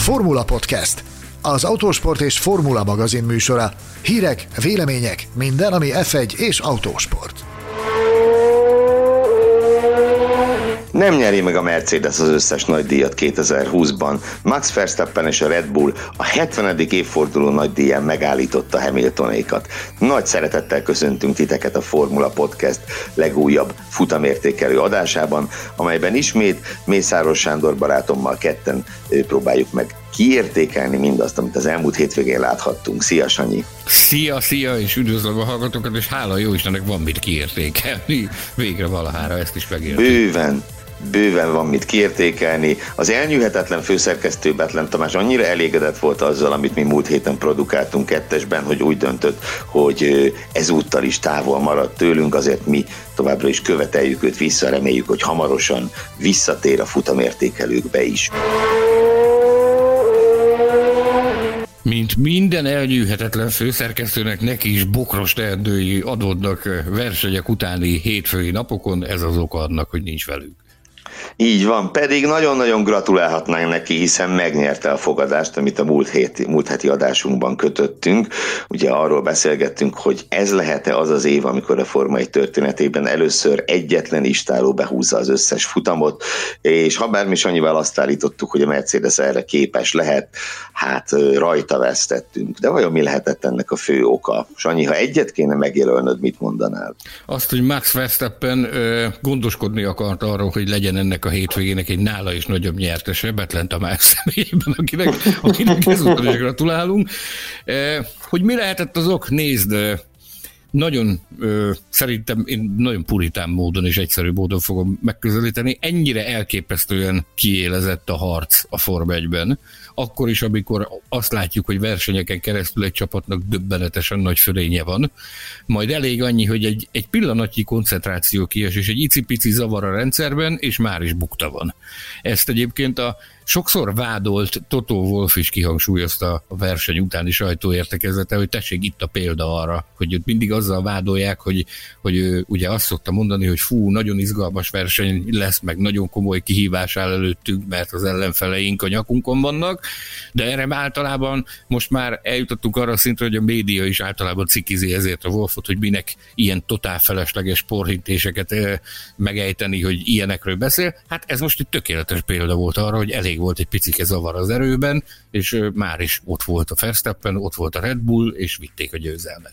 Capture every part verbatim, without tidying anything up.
Formula Podcast, az autósport és formula magazin műsora. Hírek, vélemények, minden, ami ef egy és autósport. Nem nyeri meg a Mercedes az összes nagydíjat kétezer-húszban. Max Verstappen és a Red Bull a hetvenedik évforduló nagydíján megállította Hamiltonékat. Nagy szeretettel köszöntünk titeket a Formula Podcast legújabb futamértékelő adásában, amelyben ismét Mészáros Sándor barátommal ketten próbáljuk meg kiértékelni mindazt, amit az elmúlt hétvégén láthattunk. Szia, Sanyi! Szia, szia, és üdvözlöm a hallgatókat, és hála jó Istennek van mit kiértékelni. Végre valahára ezt is megértünk. Bőven! Bőven van mit kiértékelni. Az elnyűhetetlen főszerkesztő Betlen Tamás annyira elégedett volt azzal, amit mi múlt héten produkáltunk kettesben, hogy úgy döntött, hogy ezúttal is távol maradt tőlünk, azért mi továbbra is követeljük őt vissza, reméljük, hogy hamarosan visszatér a futamértékelőkbe is. Mint minden elnyűhetetlen főszerkesztőnek, neki is bokros teendői adódnak versenyek utáni hétfői napokon, ez az oka annak, hogy nincs velük. Így van, pedig nagyon-nagyon gratulálhatnánk neki, hiszen megnyerte a fogadást, amit a múlt, hét, múlt heti adásunkban kötöttünk. Ugye arról beszélgettünk, hogy ez lehet-e az az év, amikor a Forma egy történetében először egyetlen istáló behúzza az összes futamot, és ha bár mi Sanyival azt állítottuk, hogy a Mercedes erre képes lehet, hát rajta vesztettünk. De vajon mi lehetett ennek a fő oka? Sanyi, ha egyet kéne megjelölnöd, mit mondanál? Azt, hogy Max Verstappen ö, gondoskodni akart arról, hogy legyen ennek a hétvégének egy nála is nagyobb nyertese, Betlen Tamás személyében, akinek, akinek ezúttal is gratulálunk. Hogy mi lehetett az ok? Nézd, nagyon, szerintem én nagyon puritán módon és egyszerű módon fogom megközelíteni. Ennyire elképesztően kiélezett a harc a Forma egyben, akkor is, amikor azt látjuk, hogy versenyeken keresztül egy csapatnak döbbenetesen nagy fölénye van, majd elég annyi, hogy egy, egy pillanatnyi koncentráció kiesés, egy icipici zavar a rendszerben, és már is bukta van. Ezt egyébként a sokszor vádolt Toto Wolff is kihangsúlyozta a verseny utáni sajtóértekezlete, hogy tessék, itt a példa arra, hogy őt mindig azzal vádolják, hogy, hogy ő ugye azt szokta mondani, hogy fú, nagyon izgalmas verseny lesz, meg nagyon komoly kihívás áll előttünk, mert az ellenfeleink a nyakunkon vannak, de erre általában most már eljutottunk arra a szintre, hogy a média is általában cikizi ezért a Wolffot, hogy minek ilyen totál felesleges porhintéseket megejteni, hogy ilyenekről beszél. Hát ez most egy tökéletes példa volt arra, hogy elég volt egy picike zavar az erőben, és már is ott volt a Verstappen, ott volt a Red Bull, és vitték a győzelmet.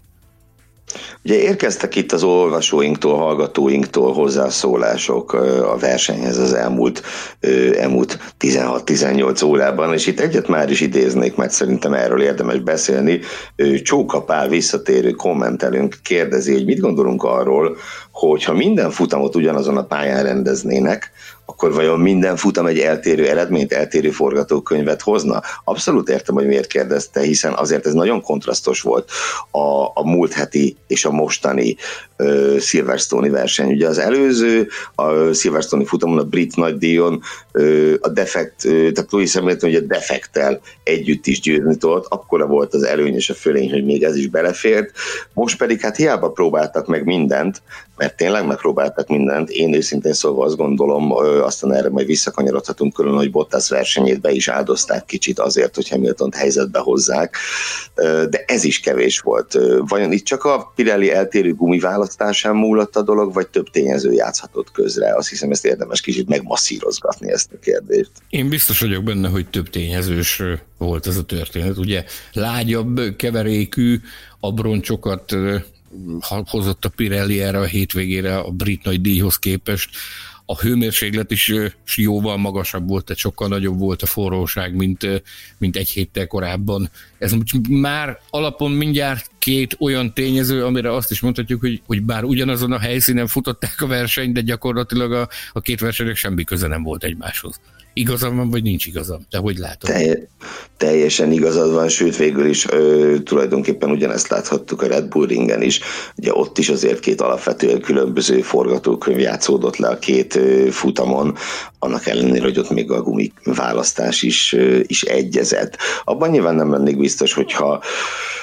Ugye érkeztek itt az olvasóinktól, hallgatóinktól hozzászólások a versenyhez az elmúlt, elmúlt tizenhat-tizennyolc órában, és itt egyet már is idéznék, mert szerintem erről érdemes beszélni. Csóka Pál visszatérő kommentelünk kérdezi, hogy mit gondolunk arról, hogy ha minden futamot ugyanazon a pályán rendeznének, akkor vajon minden futam egy eltérő eredményt, eltérő forgatókönyvet hozna? Abszolút értem, hogy miért kérdezte, hiszen azért ez nagyon kontrasztos volt a, a múlt heti és a mostani uh, Silverstone-i verseny. Ugye az előző, a Silverstone-i futamon, a brit nagydíjon uh, a defekt, uh, tehát Lewis Hamilton ugye defektel együtt is győzni tudott, akkora volt az előny és a fölény, hogy még ez is belefért. Most pedig hát hiába próbáltak meg mindent, mert tényleg megpróbáltak mindent. Én őszintén szólva azt gondolom, aztán erre majd visszakanyarodhatunk külön, hogy Bottas versenyét be is áldozták kicsit azért, hogy Hamiltont helyzetbe hozzák, de ez is kevés volt. Vajon itt csak a Pirelli eltérő gumiválasztásán múlott a dolog, vagy több tényező játszhatott közre? Azt hiszem, ezt érdemes kicsit megmasszírozgatni, ezt a kérdést. Én biztos vagyok benne, hogy több tényezős volt ez a történet. Ugye lágyabb keverékű abroncsokat hozott a Pirelli erre a hétvégére a brit nagy díjhoz képest. A hőmérséklet is jóval magasabb volt, tehát sokkal nagyobb volt a forróság, mint, mint egy héttel korábban. Ez már alapon mindjárt két olyan tényező, amire azt is mondhatjuk, hogy, hogy bár ugyanazon a helyszínen futották a versenyt, de gyakorlatilag a, a két versenynek semmi köze nem volt egymáshoz. Igazam van, vagy nincs igazam? Te hogy látod? Telj, teljesen igazad van, sőt végül is ö, tulajdonképpen ugyanezt láthattuk a Red Bull ringen is. Ugye ott is azért két alapvetően különböző forgatókönyv játszódott le a két ö, futamon, annak ellenére, hogy ott még a gumi választás is, ö, is egyezett. Abban nyilván nem lennék biztos, hogyha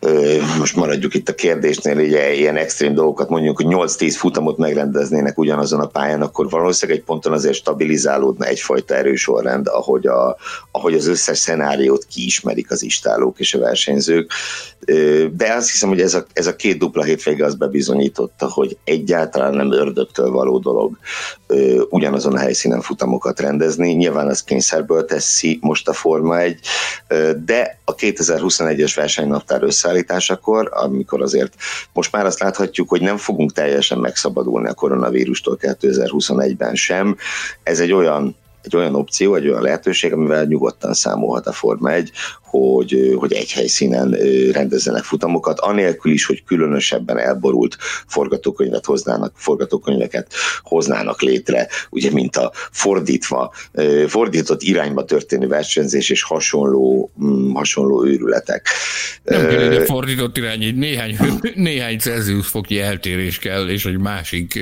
most maradjuk itt a kérdésnél, ugye ilyen extrém dolgokat mondjuk, hogy nyolc-tíz futamot megrendeznének ugyanazon a pályán, akkor valószínűleg egy ponton azért stabilizálódna egyfajta erősorrend, ahogy, a, ahogy az összes szenáriót kiismerik az istálók és a versenyzők. De azt hiszem, hogy ez a, ez a két dupla hétvége az bebizonyította, hogy egyáltalán nem ördögtől való dolog ugyanazon a helyszínen futamokat rendezni. Nyilván az kényszerből teszi most a Forma egy, de a kétezer-huszonegyes versenynaptár összeállításakor, amikor azért most már azt láthatjuk, hogy nem fogunk teljesen megszabadulni a koronavírustól kétezer-huszonegyben sem. Ez egy olyan egy olyan opció, egy olyan lehetőség, amivel nyugodtan számolhat a Forma egy, hogy, hogy egy helyszínen rendezzenek futamokat, anélkül is, hogy különösebben elborult forgatókönyvet hoznának, forgatókönyveket hoznának létre, ugye, mint a fordítva, fordított irányba történő versenyzés és hasonló, hasonló őrületek. Nem kell ide fordított irány, egy néhány, néhány Celsius foknyi eltérés kell, és egy másik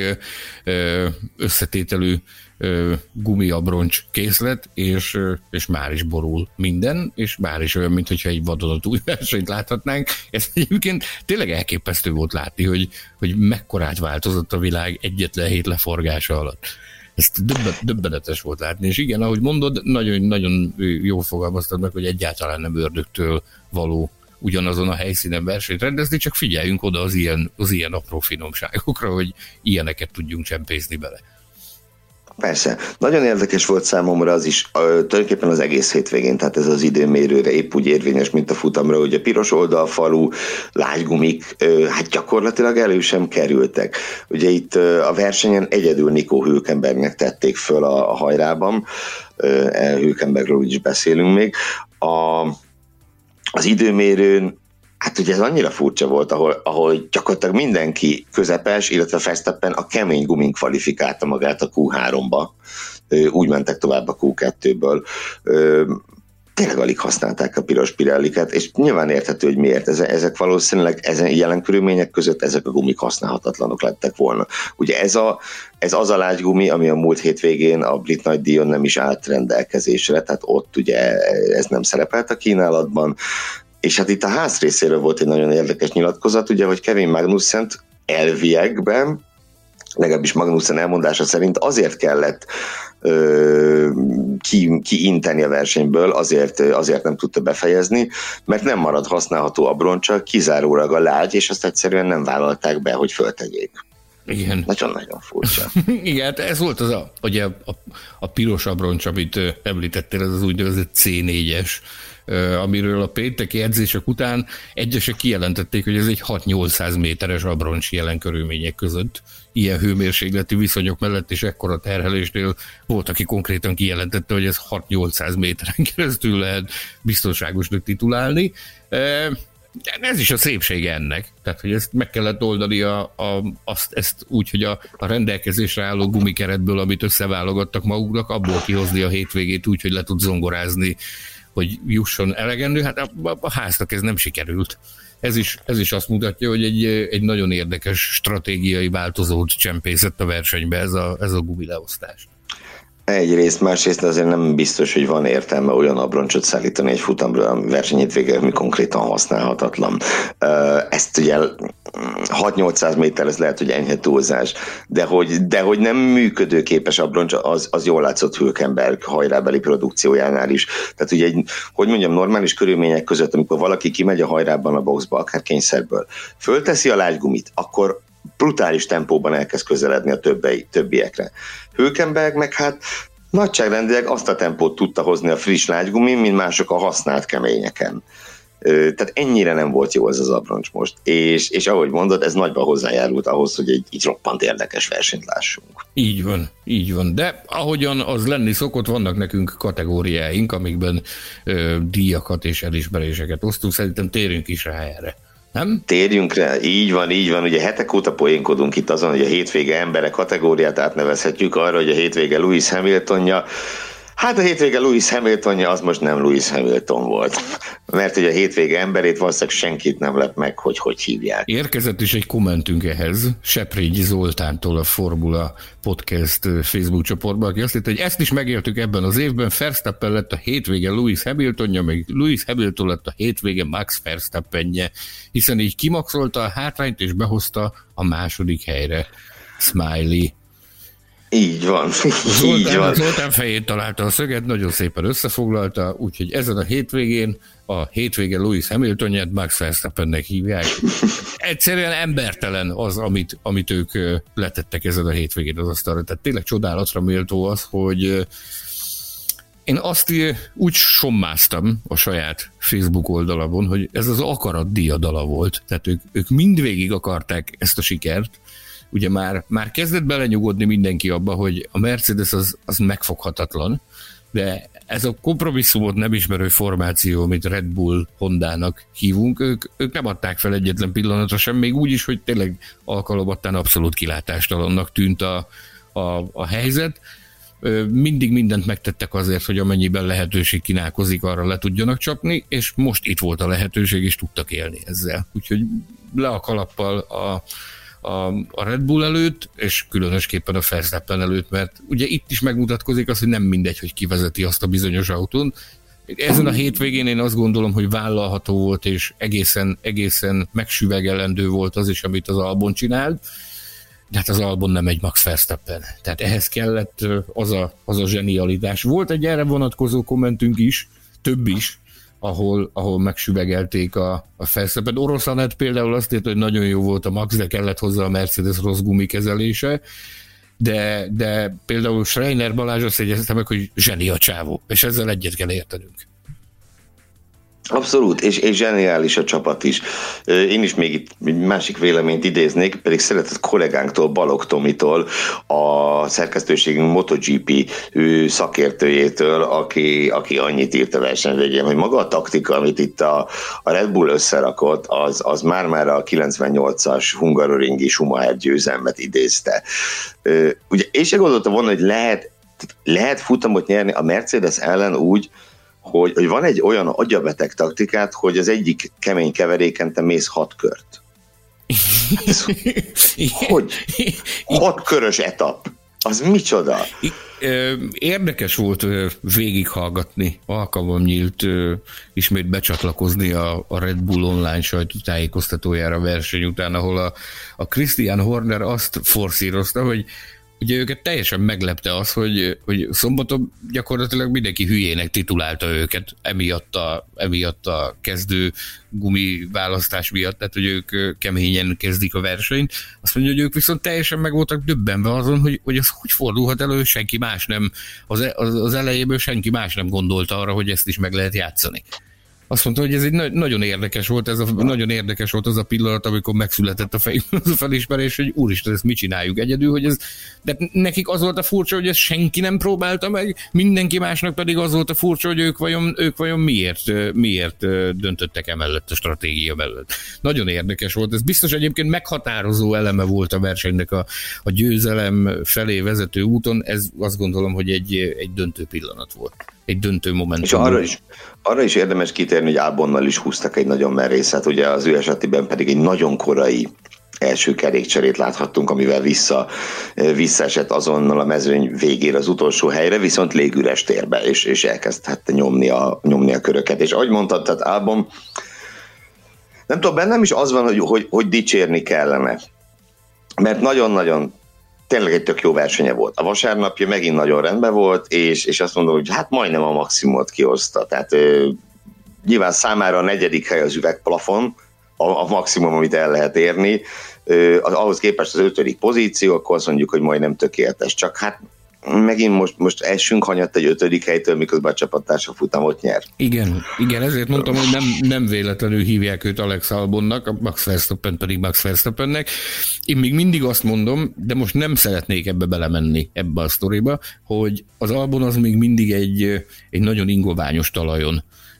összetételű gumiabroncs készlet, és, és már is borul minden, és már is olyan, mintha egy vadonatúj versenyt láthatnánk. Ez egyébként tényleg elképesztő volt látni, hogy, hogy mekkorát változott a világ egyetlen hét leforgása alatt. Ez döbbenetes volt látni, és igen, ahogy mondod, nagyon, nagyon jól fogalmaztad meg, hogy egyáltalán nem ördögtől való ugyanazon a helyszínen versenyt rendezni, csak figyeljünk oda az ilyen, az ilyen apró finomságokra, hogy ilyeneket tudjunk csempészni bele. Persze. Nagyon érdekes volt számomra az is, tulajdonképpen az egész hétvégén, tehát ez az időmérőre épp úgy érvényes, mint a futamra, hogy a piros oldalfalú lágygumik, hát gyakorlatilag elő sem kerültek. Ugye itt a versenyen egyedül Nico Hülkenbergnek tették föl a, a hajrában, Hülkenbergről úgy is beszélünk még. A, az időmérőn hát ugye ez annyira furcsa volt, ahol, ahol gyakorlatilag mindenki közepes, illetve Verstappen a kemény gumin kvalifikálta magát a kú háromba. Úgy mentek tovább a kú kettőből. Tényleg alig használták a piros Pirelliket, és nyilván érthető, hogy miért. Ezek valószínűleg ezen jelen körülmények között ezek a gumik használhatatlanok lettek volna. Ugye ez, a, ez az a lágygumi, ami a múlt hétvégén a brit nagydíjon nem is állt rendelkezésre, tehát ott ugye ez nem szerepelt a kínálatban. És hát itt a ház részéről volt egy nagyon érdekes nyilatkozat, ugye, hogy Kevin Magnussent elviekben, legalábbis Magnussen elmondása szerint azért kellett ö, ki, kiinteni a versenyből, azért, azért nem tudta befejezni, mert nem marad használható abroncsa, kizárólag a lágy, és azt egyszerűen nem vállalták be, hogy föltegyék. Igen. Nagyon-nagyon furcsa. Igen, ez volt az a, ugye a, a piros abroncs, amit említettél, ez az úgynevezett cé négyes, amiről a pénteki edzések után egyesek kijelentették, hogy ez egy hat-nyolcszáz méteres abroncs jelen körülmények között. Ilyen hőmérsékleti viszonyok mellett és ekkora terhelésnél volt, aki konkrétan kijelentette, hogy ez hat-nyolcszáz méteren keresztül lehet biztonságosnak titulálni. Ez is a szépsége ennek. Tehát, hogy ezt meg kellett oldani a, a, azt, ezt úgy, hogy a, a rendelkezésre álló gumikeretből, amit összeválogattak maguknak, abból kihozni a hétvégét úgy, hogy le tud zongorázni, hogy jusson elegendő. Hát a, a, a háznak ez nem sikerült. Ez is, ez is azt mutatja, hogy egy, egy nagyon érdekes stratégiai változót csempészett a versenybe ez a, ez a gumileosztás. Egyrészt, másrészt azért nem biztos, hogy van értelme olyan abroncsot szállítani egy futamra, ami versenyhétvégén, ami konkrétan használhatatlan. Ezt ugye hat-nyolcszáz méter, ez lehet, hogy enyhe túlzás, de hogy, de hogy nem működőképes abroncs, az, az jól látszott Hülkenberg hajrábeli produkciójánál is. Tehát ugye egy, hogy mondjam, normális körülmények között, amikor valaki kimegy a hajrában a boxba, akár kényszerből, fölteszi a lágygumit, akkor brutális tempóban elkezd közeledni a többi, többiekre. Hülkenberg meg hát nagyságrendileg azt a tempót tudta hozni a friss lágygumi, mint mások a használt keményeken. Tehát ennyire nem volt jó ez az abroncs most. És, és ahogy mondod, ez nagyban hozzájárult ahhoz, hogy egy így roppant érdekes versenyt lássunk. Így van, így van. De ahogyan az lenni szokott, vannak nekünk kategóriáink, amikben ö, díjakat és elismeréseket osztunk. Szerintem térjünk is rá erre. Nem? Térjünk rá, így van, így van. Ugye hetek óta poénkodunk itt azon, hogy a hétvége emberek kategóriát átnevezhetjük arra, hogy a hétvége Lewis Hamiltonja. Hát a hétvége Lewis Hamiltonja az most nem Lewis Hamilton volt, mert ugye a hétvége emberét valószínűleg senkit nem lep meg, hogy hogy hívják. Érkezett is egy kommentünk ehhez, Seprényi Zoltántól a Formula Podcast Facebook csoportban, aki azt mondta, hogy ezt is megéltük ebben az évben, Verstappen lett a hétvége Lewis Hamiltonja, meg Lewis Hamilton lett a hétvége Max Verstappenje, hiszen így kimaxolta a hátrányt és behozta a második helyre. Smiley. Így van, Zoltán, így van. Zoltán fején találta a szöget, nagyon szépen összefoglalta, úgyhogy ezen a hétvégén a hétvége Lewis Hamiltonját Max Verstappennek hívják. Egyszerűen embertelen az, amit, amit ők letettek ezen a hétvégén az asztalra. Tehát tényleg csodálatra méltó az, hogy én azt úgy sommáztam a saját Facebook oldalamon, hogy ez az akarat diadala volt. Tehát ők, ők mindvégig akarták ezt a sikert. Ugye már, már kezdett belenyugodni mindenki abba, hogy a Mercedes az, az megfoghatatlan, de ez a kompromisszumot nem ismerő formáció, amit Red Bull Hondának hívunk, ők, ők nem adták fel egyetlen pillanatra sem, még úgy is, hogy tényleg alkalomattán abszolút kilátástalannak tűnt a, a, a helyzet. Mindig mindent megtettek azért, hogy amennyiben lehetőség kínálkozik, arra le tudjanak csapni, és most itt volt a lehetőség, és tudtak élni ezzel. Úgyhogy le a kalappal a A, a Red Bull előtt, és különösképpen a Verstappen előtt, mert ugye itt is megmutatkozik az, hogy nem mindegy, hogy kivezeti azt a bizonyos autón. Ezen a hétvégén én azt gondolom, hogy vállalható volt, és egészen, egészen megsüvegelendő volt az is, amit az Albon csinált, de hát az Albon nem egy Max Verstappen. Tehát ehhez kellett az a, az a zsenialitás. Volt egy erre vonatkozó kommentünk is, több is, ahol, ahol megsüvegelték a, a Verstappen. Orosz Anett például azt írta, hogy nagyon jó volt a Max, de kellett hozzá a Mercedes rossz gumikezelése, de, de például Schreiner Balázs azt jegyezte meg, hogy zseni a csávó, és ezzel egyet kell értenünk. Abszolút, és, és zseniális a csapat is. Én is még itt egy másik véleményt idéznék, pedig szeretett kollégánktól, Balogh Tomitól, a szerkesztőségünk MotoGP szakértőjétől, aki, aki annyit írt a verseny végén, hogy maga a taktika, amit itt a, a Red Bull összerakott, az, az már-már a kilencvennyolcas hungaroringi Schumacher győzelmet idézte. Ugye, és se gondolta volna, hogy lehet, lehet futamot nyerni a Mercedes ellen úgy, Hogy, hogy van egy olyan agyabeteg taktikát, hogy az egyik kemény keveréken te mész hat kört. Ez, hogy? Hat körös etap. Az micsoda? Érdekes volt végighallgatni, alkalmam nyílt ismét becsatlakozni a, a Red Bull online sajtótájékoztatójára a verseny után, ahol a, a Christian Horner azt forszírozta, hogy ugye őket teljesen meglepte az, hogy, hogy szombaton gyakorlatilag mindenki hülyének titulálta őket emiatt a, emiatt a kezdő gumi választás miatt, tehát hogy ők keményen kezdik a versenyt. Azt mondja, hogy ők viszont teljesen meg voltak döbbenve azon, hogy, hogy az hogy fordulhat elő, senki más nem, az, az, az elejéből senki más nem gondolta arra, hogy ezt is meg lehet játszani. Azt mondta, hogy ez egy na- nagyon érdekes volt, ez a, nagyon érdekes volt az a pillanat, amikor megszületett a fejükben az a felismerés, hogy úristen, ezt mit csináljuk egyedül, hogy ez, de nekik az volt a furcsa, hogy ezt senki nem próbálta meg, mindenki másnak pedig az volt a furcsa, hogy ők vajon, ők vajon miért, miért döntöttek emellett a stratégia mellett. Nagyon érdekes volt, ez biztos egyébként meghatározó eleme volt a versenynek a, a győzelem felé vezető úton, ez azt gondolom, hogy egy, egy döntő pillanat volt. Egy döntő momentum. És arra is, arra is érdemes kitérni, hogy Albonnal is húztak egy nagyon merészet, ugye az ő esetében pedig egy nagyon korai első kerékcserét láthattunk, amivel vissza, visszaesett azonnal a mezőny végére az utolsó helyre, viszont légüres térbe, és, és elkezdhette nyomni a, nyomni a köröket. És ahogy mondtad, tehát Albon, nem tudom, bennem is az van, hogy, hogy, hogy dicsérni kellene. Mert nagyon-nagyon tényleg egy tök jó versenye volt. A vasárnapja megint nagyon rendben volt, és, és azt mondom, hogy hát majdnem a maximumot kihozta. Tehát ö, nyilván számára a negyedik hely az üvegplafon, a, a maximum, amit el lehet érni. Ö, az, ahhoz képest az ötödik pozíció, akkor azt mondjuk, hogy majdnem tökéletes. Csak hát megint most, most essünk hanyatt egy ötödik helytől, miközben a csapattársa futamot nyer. Igen, igen, ezért mondtam, hogy nem, nem véletlenül hívják őt Alex Albonnak, a Max Verstappen pedig Max Verstappennek. Én még mindig azt mondom, de most nem szeretnék ebbe belemenni, ebbe a sztoriba, hogy az Albon az még mindig egy, egy nagyon ingoványos talajon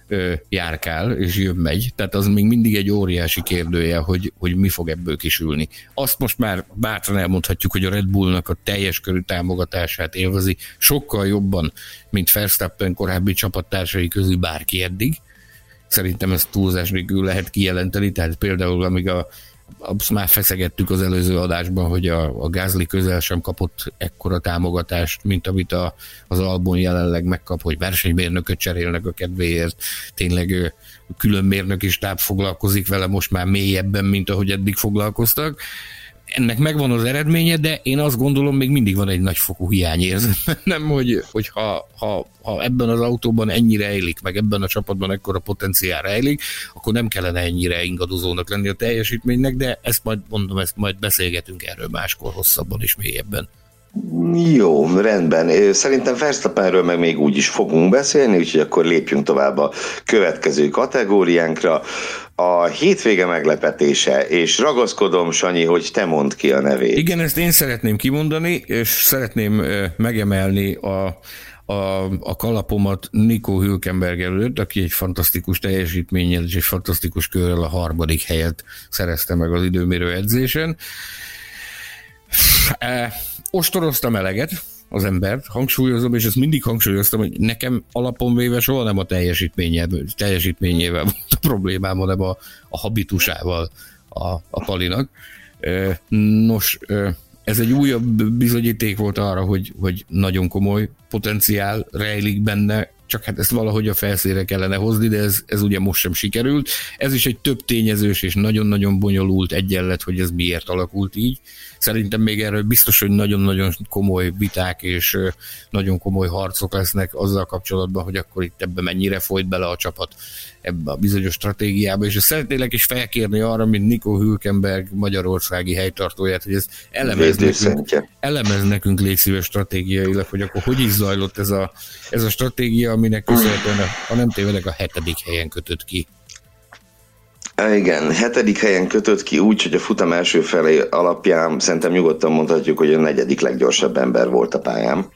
ö, járkál, és jön-megy, tehát az még mindig egy óriási kérdője, hogy, hogy mi fog ebből kisülni. Azt most már bátran elmondhatjuk, hogy a Red Bullnak a teljes körű támogatását élvezi sokkal jobban, mint Verstappen korábbi csapattársai közül bárki eddig. Szerintem ezt túlzás nélkül lehet kijelenteni, tehát például amíg a azt már feszegettük az előző adásban, hogy a, a Gasly közel sem kapott ekkora támogatást, mint amit a, az Albon jelenleg megkap, hogy versenymérnököt cserélnek a kedvéért. Tényleg külön mérnök is táb foglalkozik vele most már mélyebben, mint ahogy eddig foglalkoztak. Ennek megvan az eredménye, de én azt gondolom, még mindig van egy nagyfokú hiányérzet. Nem, hogy, hogy ha, ha, ha ebben az autóban ennyire rejlik, meg ebben a csapatban ekkora potenciál rejlik, akkor nem kellene ennyire ingadozónak lenni a teljesítménynek, de ezt majd mondom, ezt majd beszélgetünk erről máskor hosszabban és mélyebben. Jó, rendben. Szerintem Verstappenről meg még úgy is fogunk beszélni, úgyhogy akkor lépjünk tovább a következő kategóriánkra. A hétvége meglepetése, és ragaszkodom, Sanyi, hogy te mondd ki a nevét. Igen, ezt én szeretném kimondani, és szeretném megemelni a, a, a kalapomat Nico Hülkenberg előtt, aki egy fantasztikus teljesítménnyel és egy fantasztikus körrel a harmadik helyet szerezte meg az időmérő edzésen. Ostoroztam eleget az embert, hangsúlyozom, és ezt mindig hangsúlyoztam, hogy nekem alapon véve soha nem a teljesítményével volt a problémám, hanem a, a habitusával a, a Palinak. Nos, ez egy újabb bizonyíték volt arra, hogy, hogy nagyon komoly potenciál rejlik benne, csak hát ezt valahogy a felszínre kellene hozni, de ez, ez ugye most sem sikerült. Ez is egy több tényezős és nagyon-nagyon bonyolult egyenlet, hogy ez miért alakult így. Szerintem még erről biztos, hogy nagyon-nagyon komoly viták és nagyon komoly harcok lesznek azzal kapcsolatban, hogy akkor itt ebbe mennyire folyt bele a csapat ebbe a bizonyos stratégiába, és ezt szeretnélek is felkérni arra, mint Nico Hülkenberg magyarországi helytartóját, hogy ez elemez nekünk, elemez nekünk légy szíves stratégiailag, hogy akkor hogy is zajlott ez a, ez a stratégia, aminek köszönhetően, ha nem tévedek, a hetedik helyen kötött ki. Igen, hetedik helyen kötött ki úgy, hogy a futam első felé alapján szerintem nyugodtan mondhatjuk, hogy a negyedik leggyorsabb ember volt a pályán.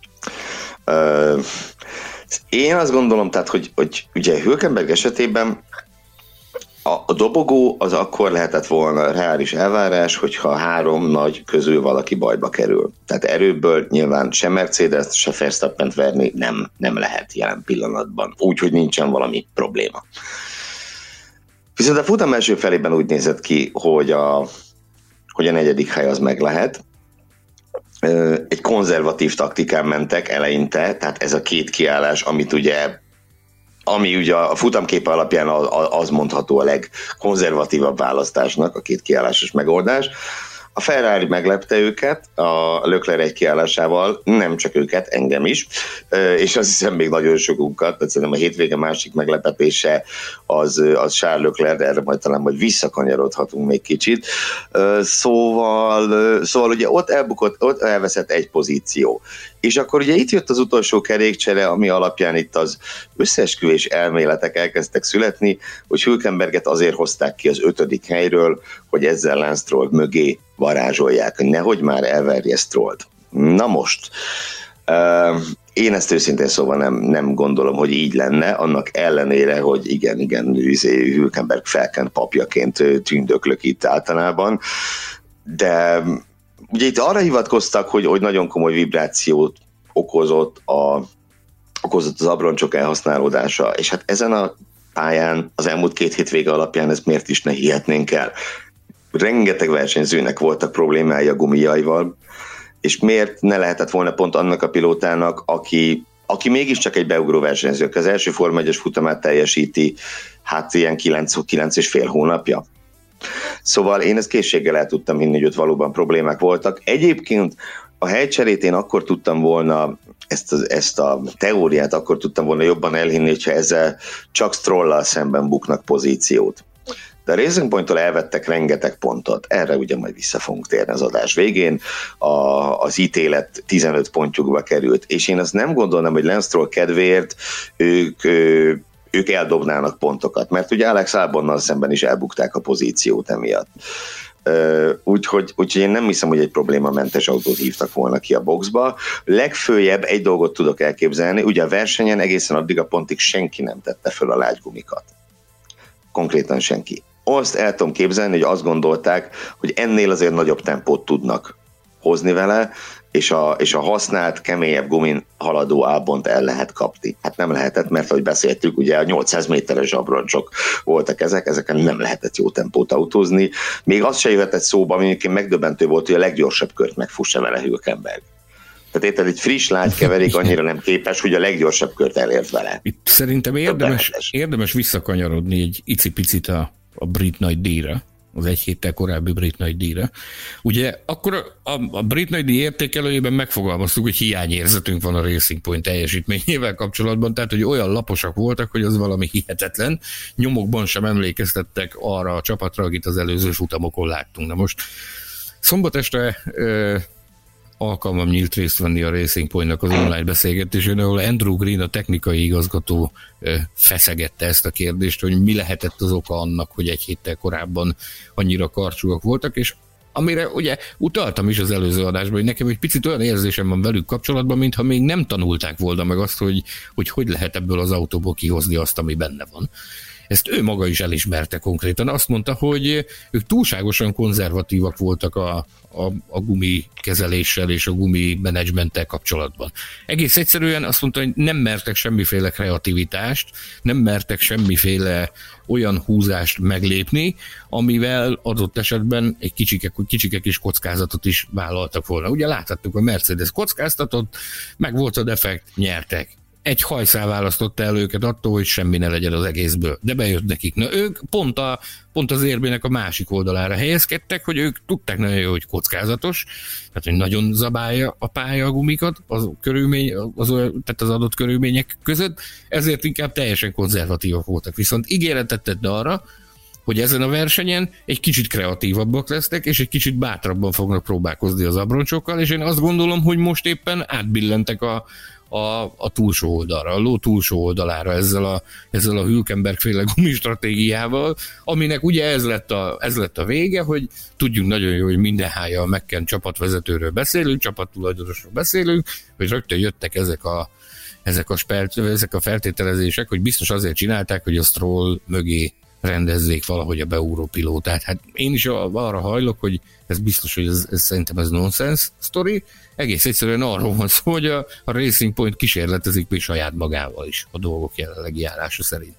Én azt gondolom, tehát, hogy, hogy ugye Hülkenberg esetében a, a dobogó az akkor lehetett volna reális elvárás, hogyha három nagy közül valaki bajba kerül. Tehát erőből nyilván se Mercedes, se Verstappent verni nem, nem lehet jelen pillanatban, úgyhogy nincsen valami probléma. Viszont a futam első felében úgy nézett ki, hogy a, hogy a negyedik hely az meg lehet. Egy konzervatív taktikán mentek eleinte, tehát ez a két kiállás, amit ugye, ami ugye a futamképe alapján az mondható a legkonzervatívabb választásnak, a két kiállásos megoldás. A Ferrari meglepte őket a Leclerc egy kiállásával, nem csak őket, engem is, és azt hiszem még nagyon sokunkat, tehát szerintem a hétvége másik meglepetése az, az Charles Leclerc, de erre majd talán majd visszakanyarodhatunk még kicsit. Szóval, szóval ugye ott elbukott, ott elveszett egy pozíció. És akkor ugye itt jött az utolsó kerékcsere, ami alapján itt az összeesküvés elméletek elkezdtek születni, hogy Hülkenberget azért hozták ki az ötödik helyről, hogy ezzel Lance Stroll mögé varázsolják, hogy nehogy már elverje Strollt. Na most, uh, én ezt őszintén szóval nem, nem gondolom, hogy így lenne, annak ellenére, hogy igen, igen, Hülkenberg felkent papjaként tündöklök itt általában, de ugye itt arra hivatkoztak, hogy, hogy nagyon komoly vibrációt okozott, a, okozott az abroncsok elhasználódása, és hát ezen a pályán az elmúlt két hétvége alapján ezt miért is ne hihetnénk el. Rengeteg versenyzőnek voltak problémái a gumijaival, és miért ne lehetett volna pont annak a pilótának, aki, aki mégiscsak egy beugró versenyző, az első Forma egyes futamát teljesíti, hát ilyen kilenc és fél hónapja. Szóval én ezt készséggel el tudtam hinni, hogy ott valóban problémák voltak. Egyébként a helycserét én akkor tudtam volna, ezt a, ezt a teóriát akkor tudtam volna jobban elhinni, hogyha ezzel csak Stroll-lal szemben buknak pozíciót. De a Racing Point-tól elvettek rengeteg pontot, erre ugye majd vissza fogunk térni az adás végén, a, az ítélet tizenöt pontjukba került, és én azt nem gondolnám, hogy Lance Stroll kedvéért ők, ők eldobnának pontokat, mert ugye Alex Albonnal szemben is elbukták a pozíciót emiatt. Úgyhogy úgy, én nem hiszem, hogy egy problémamentes autót hívtak volna ki a boxba. Legfőjebb egy dolgot tudok elképzelni, ugye a versenyen egészen addig a pontig senki nem tette föl a lágygumikat. Konkrétan senki. Azt el tudom képzelni, hogy azt gondolták, hogy ennél azért nagyobb tempót tudnak hozni vele, és a, és a használt, keményebb gumin haladó Albont el lehet kapni. Hát nem lehetett, mert ahogy beszéltük, ugye a nyolcszáz méteres zsabroncsok voltak ezek, ezeken nem lehetett jó tempót autózni. Még az se jöhetett szóba, aminek megdöbbentő volt, hogy a leggyorsabb kört megfussa vele Hülkenberg. Tehát érted, egy friss lágykeverék annyira nem képes, hogy a leggyorsabb kört elért vele. Itt szerintem érdemes, érdemes visszakanyarodni egy icipicit a, a brit nagy díjra, az egy héttel korábbi brit nagy díjra. Ugye akkor a, a brit nagy díj értékelőjében megfogalmaztuk, hogy hiányérzetünk van a Racing Point teljesítményével kapcsolatban, tehát hogy olyan laposak voltak, hogy az valami hihetetlen. Nyomokban sem emlékeztettek arra a csapatra, akit az előző futamokon láttunk. Na most szombat este ö, alkalmam nyílt részt venni a Racing Pointnak az online beszélgetésén, ahol Andrew Green, a technikai igazgató feszegette ezt a kérdést, hogy mi lehetett az oka annak, hogy egy héttel korábban annyira karcsúak voltak, és amire ugye utaltam is az előző adásban, hogy nekem egy picit olyan érzésem van velük kapcsolatban, mintha még nem tanulták volna meg azt, hogy hogy, hogy lehet ebből az autóból kihozni azt, ami benne van. Ezt ő maga is elismerte konkrétan. Azt mondta, hogy ők túlságosan konzervatívak voltak a, a, a gumi kezeléssel és a gumi menedzsmenttel kapcsolatban. Egész egyszerűen azt mondta, hogy nem mertek semmiféle kreativitást, nem mertek semmiféle olyan húzást meglépni, amivel adott esetben egy kicsike, kicsike kis kockázatot is vállaltak volna. Ugye láthattuk, a Mercedes kockáztatott, meg volt a defekt, nyertek. Egy hajszál választotta el őket attól, hogy semmi ne legyen az egészből. De bejött nekik. Na ők pont, a, pont az érmének a másik oldalára helyezkedtek, hogy ők tudták nagyon jó, hogy kockázatos, tehát hogy nagyon zabálja a pálya a gumikat, az, körülmény, az, tehát az adott körülmények között, ezért inkább teljesen konzervatívak voltak. Viszont ígéretet tett arra, hogy ezen a versenyen egy kicsit kreatívabbak lesznek, és egy kicsit bátrabban fognak próbálkozni az abroncsokkal, és én azt gondolom, hogy most éppen átbillentek a A, a túlsó oldalra, a ló túlsó oldalára ezzel a, ezzel a Hülkenberg-féle gumistratégiával, aminek ugye ez lett, a, ez lett a vége, hogy tudjuk nagyon jó, hogy minden hája a Mekken csapatvezetőről beszélünk, csapattulajdonosról beszélünk, hogy rögtön jöttek ezek a, ezek a, spelt, ezek a feltételezések, hogy biztos azért csinálták, hogy a Stroll mögé rendezzék valahogy a beúró pilótát. Hát én is arra hajlok, hogy ez biztos, hogy ez, ez szerintem ez nonsense sztori. Egész egyszerűen arról van szó, hogy a, a Racing Point kísérletezik még saját magával is a dolgok jelenlegi állása szerint.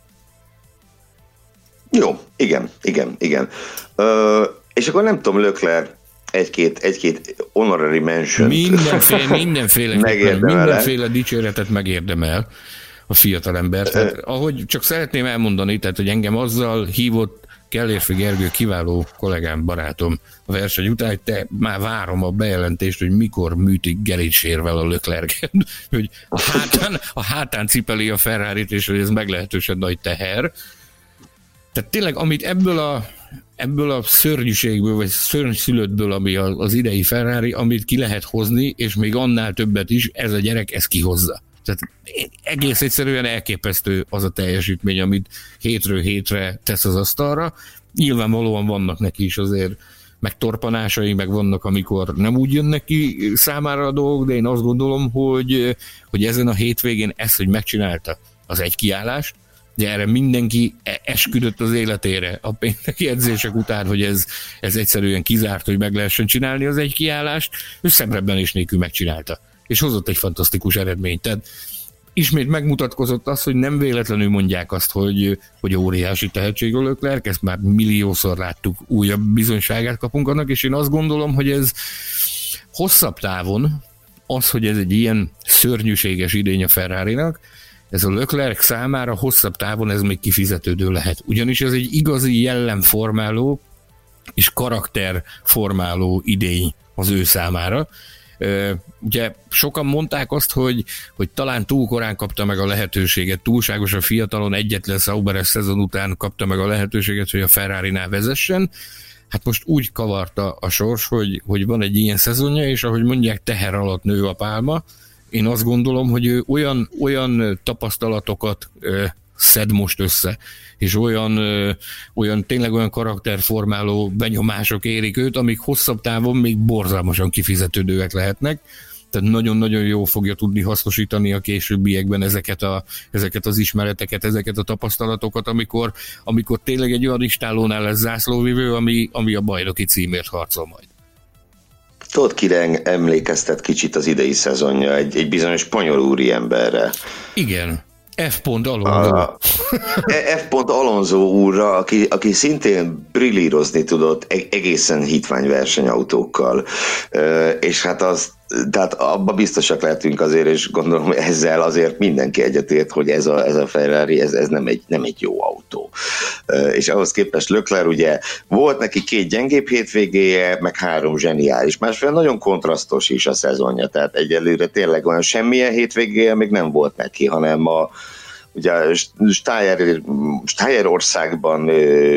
Jó, igen, igen, igen. Ö, és akkor nem tudom, Leclerc egy-két, egy-két honorary mention mindenféle, mindenféle, mindenféle dicséretet megérdemel a fiatalember. Tehát, ahogy csak szeretném elmondani, tehát, hogy engem azzal hívott Kellérfi Gergő, kiváló kollégám, barátom a verseny után, hogy te már várom a bejelentést, hogy mikor műtik gerincsérvel a Leclerc-et, hogy a hátán, a hátán cipeli a Ferrarit, és hogy ez meglehetősen nagy teher. Tehát tényleg, amit ebből a, ebből a szörnyűségből, vagy szörnyszülöttből, ami az idei Ferrari, amit ki lehet hozni, és még annál többet is, ez a gyerek ezt kihozza. Tehát egész egyszerűen elképesztő az a teljesítmény, amit hétről hétre tesz az asztalra. Nyilvánvalóan vannak neki is azért megtorpanásai, meg vannak, amikor nem úgy jönnek ki számára a dolgok, de én azt gondolom, hogy, hogy ezen a hétvégén ezt, hogy megcsinálta az egy kiállást, de erre mindenki esküdött az életére a pénteki edzések után, hogy ez, ez egyszerűen kizárt, hogy meg lehessen csinálni az egy kiállást, ő szemrebben is nélkül megcsinálta. És hozott egy fantasztikus eredményt. Tehát ismét megmutatkozott az, hogy nem véletlenül mondják azt, hogy, hogy óriási tehetség a Leclerc, ezt már milliószor láttuk, újabb bizonyságát kapunk annak, és én azt gondolom, hogy ez hosszabb távon az, hogy ez egy ilyen szörnyűséges idény a Ferrarinak, ez a Leclerc számára hosszabb távon ez még kifizetődő lehet. Ugyanis ez egy igazi jellemformáló és karakterformáló idény az ő számára. Uh, ugye sokan mondták azt, hogy, hogy talán túl korán kapta meg a lehetőséget, túlságosan fiatalon, egyetlen Sauberes szezon után kapta meg a lehetőséget, hogy a Ferrarinál vezessen. Hát most úgy kavarta a sors, hogy, hogy van egy ilyen szezonja, és ahogy mondják, teher alatt nő a pálma. Én azt gondolom, hogy ő olyan, olyan tapasztalatokat uh, szed most össze, és olyan, ö, olyan tényleg olyan karakterformáló benyomások érik őt, amik hosszabb távon még borzalmasan kifizetődőek lehetnek. Tehát nagyon-nagyon jól fogja tudni hasznosítani a későbbiekben ezeket, a, ezeket az ismereteket, ezeket a tapasztalatokat, amikor, amikor tényleg egy olyan istálónál lesz zászlóvivő, ami, ami a bajnoki címért harcol majd. Tudod, kire emlékeztet kicsit az idei szezonja? Egy, egy bizonyos spanyol úriemberre. Igen. F. Alonso. A, F. Alonso úrra, aki, aki szintén brillírozni tudott egészen hitvány versenyautókkal, és hát az, tehát abba biztosak lehetünk azért, és gondolom ezzel azért mindenki egyetért, hogy ez a, ez a Ferrari, ez, ez nem, egy, nem egy jó autó. És ahhoz képest Leclerc ugye volt neki két gyengébb hétvégéje, meg három zseniális. Másfél nagyon kontrasztos is a szezonja, tehát egyelőre tényleg olyan semmilyen hétvégéje még nem volt neki, hanem a ugye Steyer, Steyerországban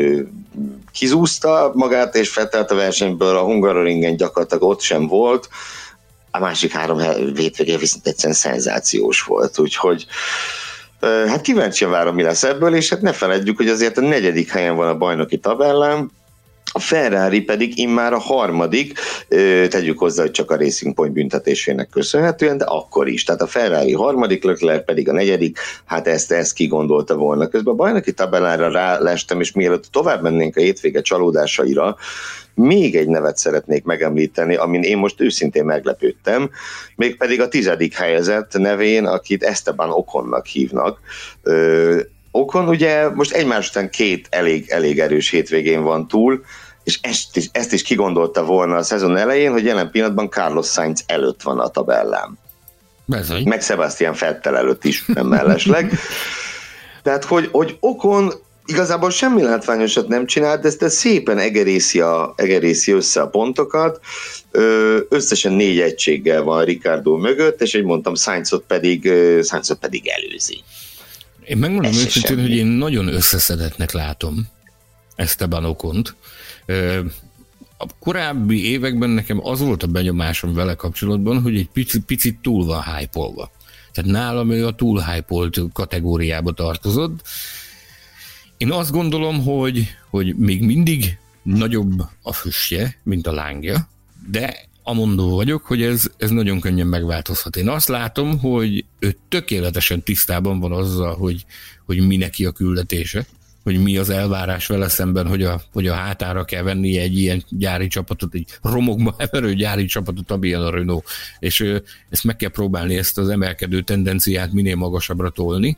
kizúzta magát, és Vettelt a versenyből, a Hungaroringen gyakorlatilag ott sem volt, a másik három hétvégé viszont egyszerűen szenzációs volt, úgyhogy hát kíváncsian várom, mi lesz ebből, és hát ne feledjük, hogy azért a negyedik helyen van a bajnoki tabellán, a Ferrari pedig immár a harmadik, tegyük hozzá, hogy csak a Racing Point büntetésének köszönhetően, de akkor is. Tehát a Ferrari harmadik, Leclerc pedig a negyedik, hát ezt, ezt kigondolta volna. Közben a bajnoki tabellára rálestem, és mielőtt tovább mennénk a hétvége csalódásaira, még egy nevet szeretnék megemlíteni, amin én most őszintén meglepődtem, mégpedig a tizedik helyezett nevén, akit Esteban Oconnak hívnak. Ö, Ocon ugye most egymás után két elég, elég erős hétvégén van túl, és ezt is, ezt is kigondolta volna a szezon elején, hogy jelen pillanatban Carlos Sainz előtt van a tabellán. Bezony. Meg Sebastian Vettel előtt is, nem mellesleg. Tehát, hogy, hogy Ocon igazából semmi látványosat nem csinált, de ezt szépen egerészi, a, egerészi össze a pontokat. Összesen négy egységgel van Ricardo mögött, és egy mondtam, Sainzot pedig, Sainzot pedig előzi. Én megmondom őszintén, hogy én nagyon összeszedettnek látom Esteban Ocont. A korábbi években nekem az volt a benyomásom vele kapcsolatban, hogy egy picit, picit túl van hype-olva. Tehát nálam ő a túl hype-olt kategóriába tartozott. Én azt gondolom, hogy, hogy még mindig nagyobb a füstje, mint a lángja, de amondó vagyok, hogy ez, ez nagyon könnyen megváltozhat. Én azt látom, hogy ő tökéletesen tisztában van azzal, hogy, hogy mi neki a küldetése, hogy mi az elvárás vele szemben, hogy a, hogy a hátára kell vennie egy ilyen gyári csapatot, egy romokba heverő gyári csapatot, amilyen a Renault, és ő, ezt meg kell próbálni, ezt az emelkedő tendenciát minél magasabbra tolni.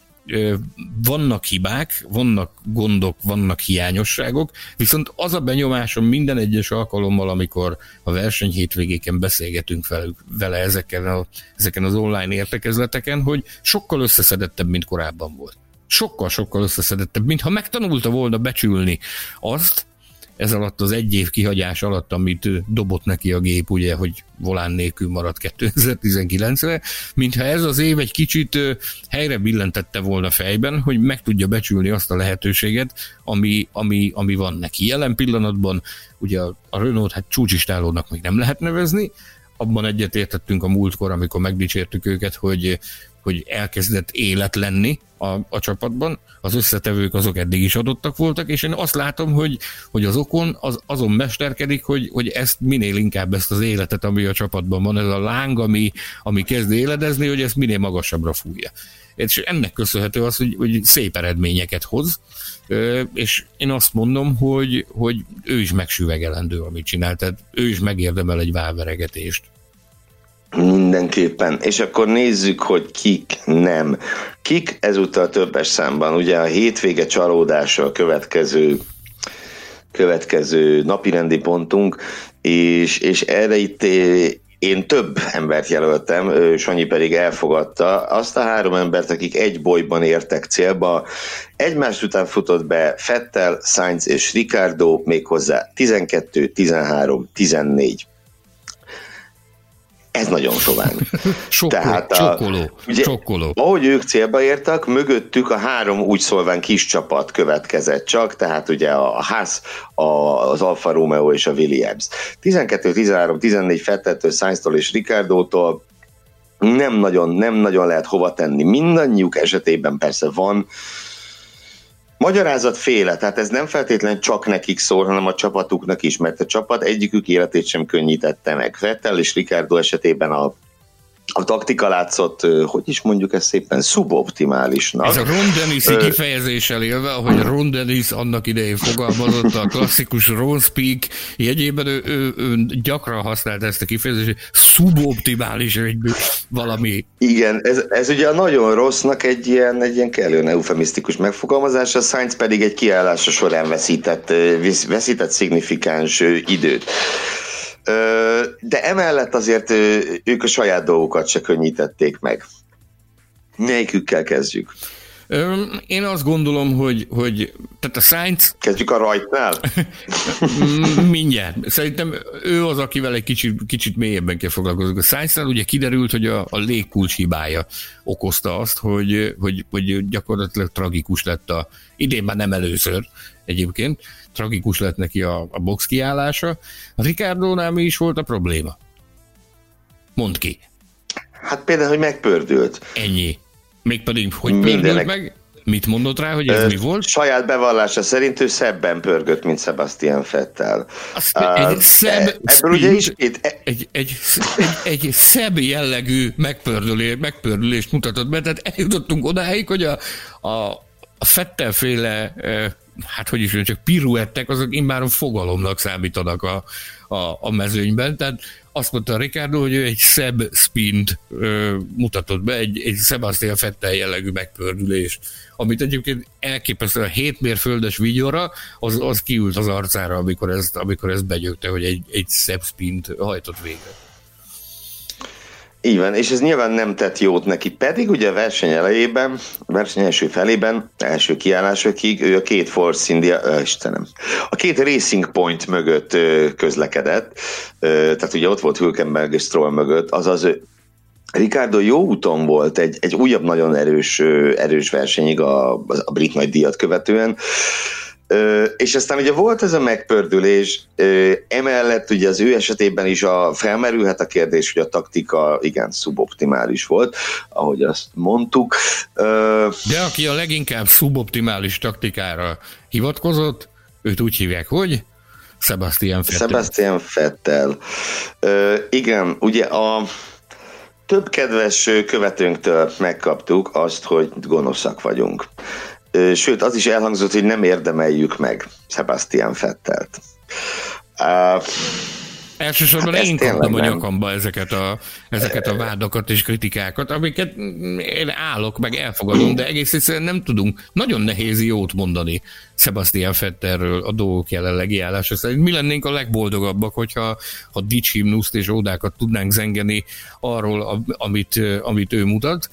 Vannak hibák, vannak gondok, vannak hiányosságok, viszont az a benyomásom minden egyes alkalommal, amikor a verseny hétvégéken beszélgetünk vele ezeken, a, ezeken az online értekezleteken, hogy sokkal összeszedettebb, mint korábban volt. Sokkal-sokkal összeszedettebb, mintha megtanulta volna becsülni azt, ez alatt az egy év kihagyás alatt, amit dobott neki a gép, ugye, hogy volán nélkül maradt kétezer-tizenkilencre, mintha ez az év egy kicsit helyre billentette volna fejben, hogy meg tudja becsülni azt a lehetőséget, ami, ami, ami van neki. Jelen pillanatban ugye a Renault hát csúcsistálónak még nem lehet nevezni, abban egyetértettünk a múltkor, amikor megdicsértük őket, hogy hogy elkezdett élet lenni a, a csapatban, az összetevők azok eddig is adottak voltak, és én azt látom, hogy, hogy az Ocon az, azon mesterkedik, hogy, hogy ezt minél inkább ezt az életet, ami a csapatban van, ez a láng, ami, ami kezd éledezni, hogy ezt minél magasabbra fújja. És ennek köszönhető az, hogy, hogy szép eredményeket hoz, és én azt mondom, hogy, hogy ő is megsüvegelendő, amit csinál, tehát ő is megérdemel egy válveregetést. Mindenképpen. És akkor nézzük, hogy kik nem. Kik ezúttal többes számban. Ugye a hétvége csalódása a következő, következő napirendi pontunk, és, és erre itt én több embert jelöltem, Sanyi pedig elfogadta. Azt a három embert, akik egy bolyban értek célba. Egymást után futott be Vettel, Sainz és Ricardo, méghozzá tizenkettő, tizenhárom, tizennégy. Ez nagyon sovány. Sokkoló, Tehát a, sokkoló, ugye, sokkoló. Ahogy ők célba értek, mögöttük a három úgy szólván kis csapat következett csak, tehát ugye a Haas, a, az Alfa Romeo és a Williams. tizenkettő, tizenhárom, tizennégy Vetteltől, Sainztól és Ricardótól nem nagyon, nem nagyon lehet hova tenni. Mindannyiuk esetében persze van magyarázatféle, tehát ez nem feltétlenül csak nekik szól, hanem a csapatuknak is, mert a csapat egyikük életét sem könnyítette meg. Vettel és Ricciardo esetében a A taktika látszott, hogy is mondjuk ezt szépen, szuboptimálisnak. Ez a Ron Dennis-i kifejezéssel élve, ahogy Ron Dennis annak idején fogalmazott a klasszikus Ron Speak jegyében, ő, ő, ő gyakran használt ezt a kifejezést, hogy szuboptimális egy valami. Igen, ez, ez ugye a nagyon rossznak egy ilyen, egy ilyen kellően eufemisztikus megfogalmazás, a Sainz pedig egy kiállása során veszített, veszített szignifikáns időt. De emellett azért ők a saját dolgokat se könnyítették meg. Melyikükkel kezdjük? Én azt gondolom, hogy, hogy tehát a Sainz... Kezdjük a rajtnál? Mindjárt. Szerintem ő az, akivel egy kicsit, kicsit mélyebben kell foglalkozni. A Sainznál ugye kiderült, hogy a, a légkulcs hibája okozta azt, hogy, hogy, hogy gyakorlatilag tragikus lett a... Idén már nem először egyébként. Tragikus lett neki a, a box kiállása. A Ricciardónál mi is volt a probléma? Mondd ki. Hát például, hogy megpördült. Ennyi. Mégpedig, hogy Mindenek. pördült meg? Mit mondott rá, hogy ez Ö, mi volt? Saját bevallása szerint ő szebben pörgött, mint Sebastian Vettel. Azt, uh, egy szebb e, ebből ugye is itt... egy, egy, egy, egy, egy szebb jellegű megpördülés, megpördülést mutatott be, tehát eljutottunk odáig, hogy a, a, a Vettel-féle hát hogy is mondjam, csak piruettek, azok imáron fogalomnak számítanak a, a, a mezőnyben, tehát azt mondta a Ricciardo, hogy ő egy szebb spint ö, mutatott be, egy, egy Sebastian Vettel jellegű megpördülést, amit egyébként elképesztően a hét mérföldes vigyora, az, az kiült az arcára, amikor ezt, amikor ezt begyögte, hogy egy, egy szebb spint hajtott végre. Így van, és ez nyilván nem tett jót neki, pedig ugye a verseny elejében, a verseny első felében, első kiállásokig ő a két Force India, ö, Istenem, a két Racing Point mögött ö, közlekedett, ö, tehát ugye ott volt Hülkenberg és Stroll mögött, azaz Ricciardo jó úton volt egy, egy újabb nagyon erős, erős versenyig a, a brit nagy díjat követően, Ö, és aztán ugye volt ez a megpördülés, ö, emellett ugye az ő esetében is a, felmerülhet a kérdés, hogy a taktika igen szuboptimális volt, ahogy azt mondtuk. Ö, De aki a leginkább szuboptimális taktikára hivatkozott, őt úgy hívják, hogy Sebastian Vettel. Sebastian Vettel. Ö, igen, ugye a több kedves követőnktől megkaptuk azt, hogy gonoszak vagyunk. Sőt, az is elhangzott, hogy nem érdemeljük meg Sebastian Vettelt. Uh, Elsősorban hát én kaptam a nyakamba ezeket a, ezeket a vádakat és kritikákat, amiket én állok, meg elfogadom, de egész egyszerűen nem tudunk. Nagyon nehéz jót mondani Sebastian Vettelről a dolgok jelenlegi állása szerint. Mi lennénk a legboldogabbak, hogyha ha dicshimnuszt és ódákat tudnánk zengeni arról, amit, amit ő mutat.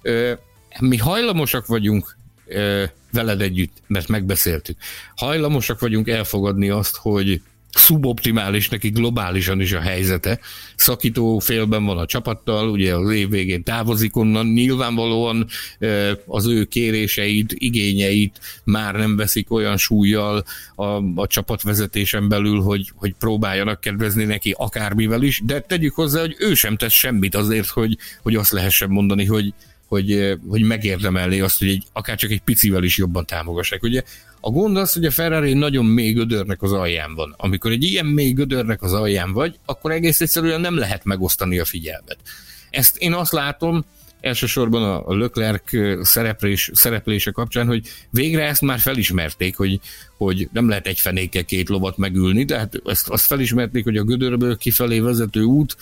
Mi hajlamosak vagyunk veled együtt, mert megbeszéltük. Hajlamosak vagyunk elfogadni azt, hogy szuboptimális neki globálisan is a helyzete. Szakító félben van a csapattal, ugye az év végén távozik onnan, nyilvánvalóan az ő kéréseit, igényeit már nem veszik olyan súllyal a, a csapatvezetésen belül, hogy, hogy próbáljanak kedvezni neki akármivel is, de tegyük hozzá, hogy ő sem tesz semmit azért, hogy, hogy azt lehessen mondani, hogy Hogy, hogy megérdemelné azt, hogy egy, akár csak egy picivel is jobban támogassák. Ugye a gond az, hogy a Ferrari nagyon mély gödörnek az alján van. Amikor egy ilyen mély gödörnek az alján vagy, akkor egész egyszerűen nem lehet megosztani a figyelmet. Ezt én azt látom, elsősorban a Leclerc szereplés, szereplése kapcsán, hogy végre ezt már felismerték, hogy, hogy nem lehet egy fenékkel két lovat megülni, tehát ezt azt felismerték, hogy a gödörből kifelé vezető út,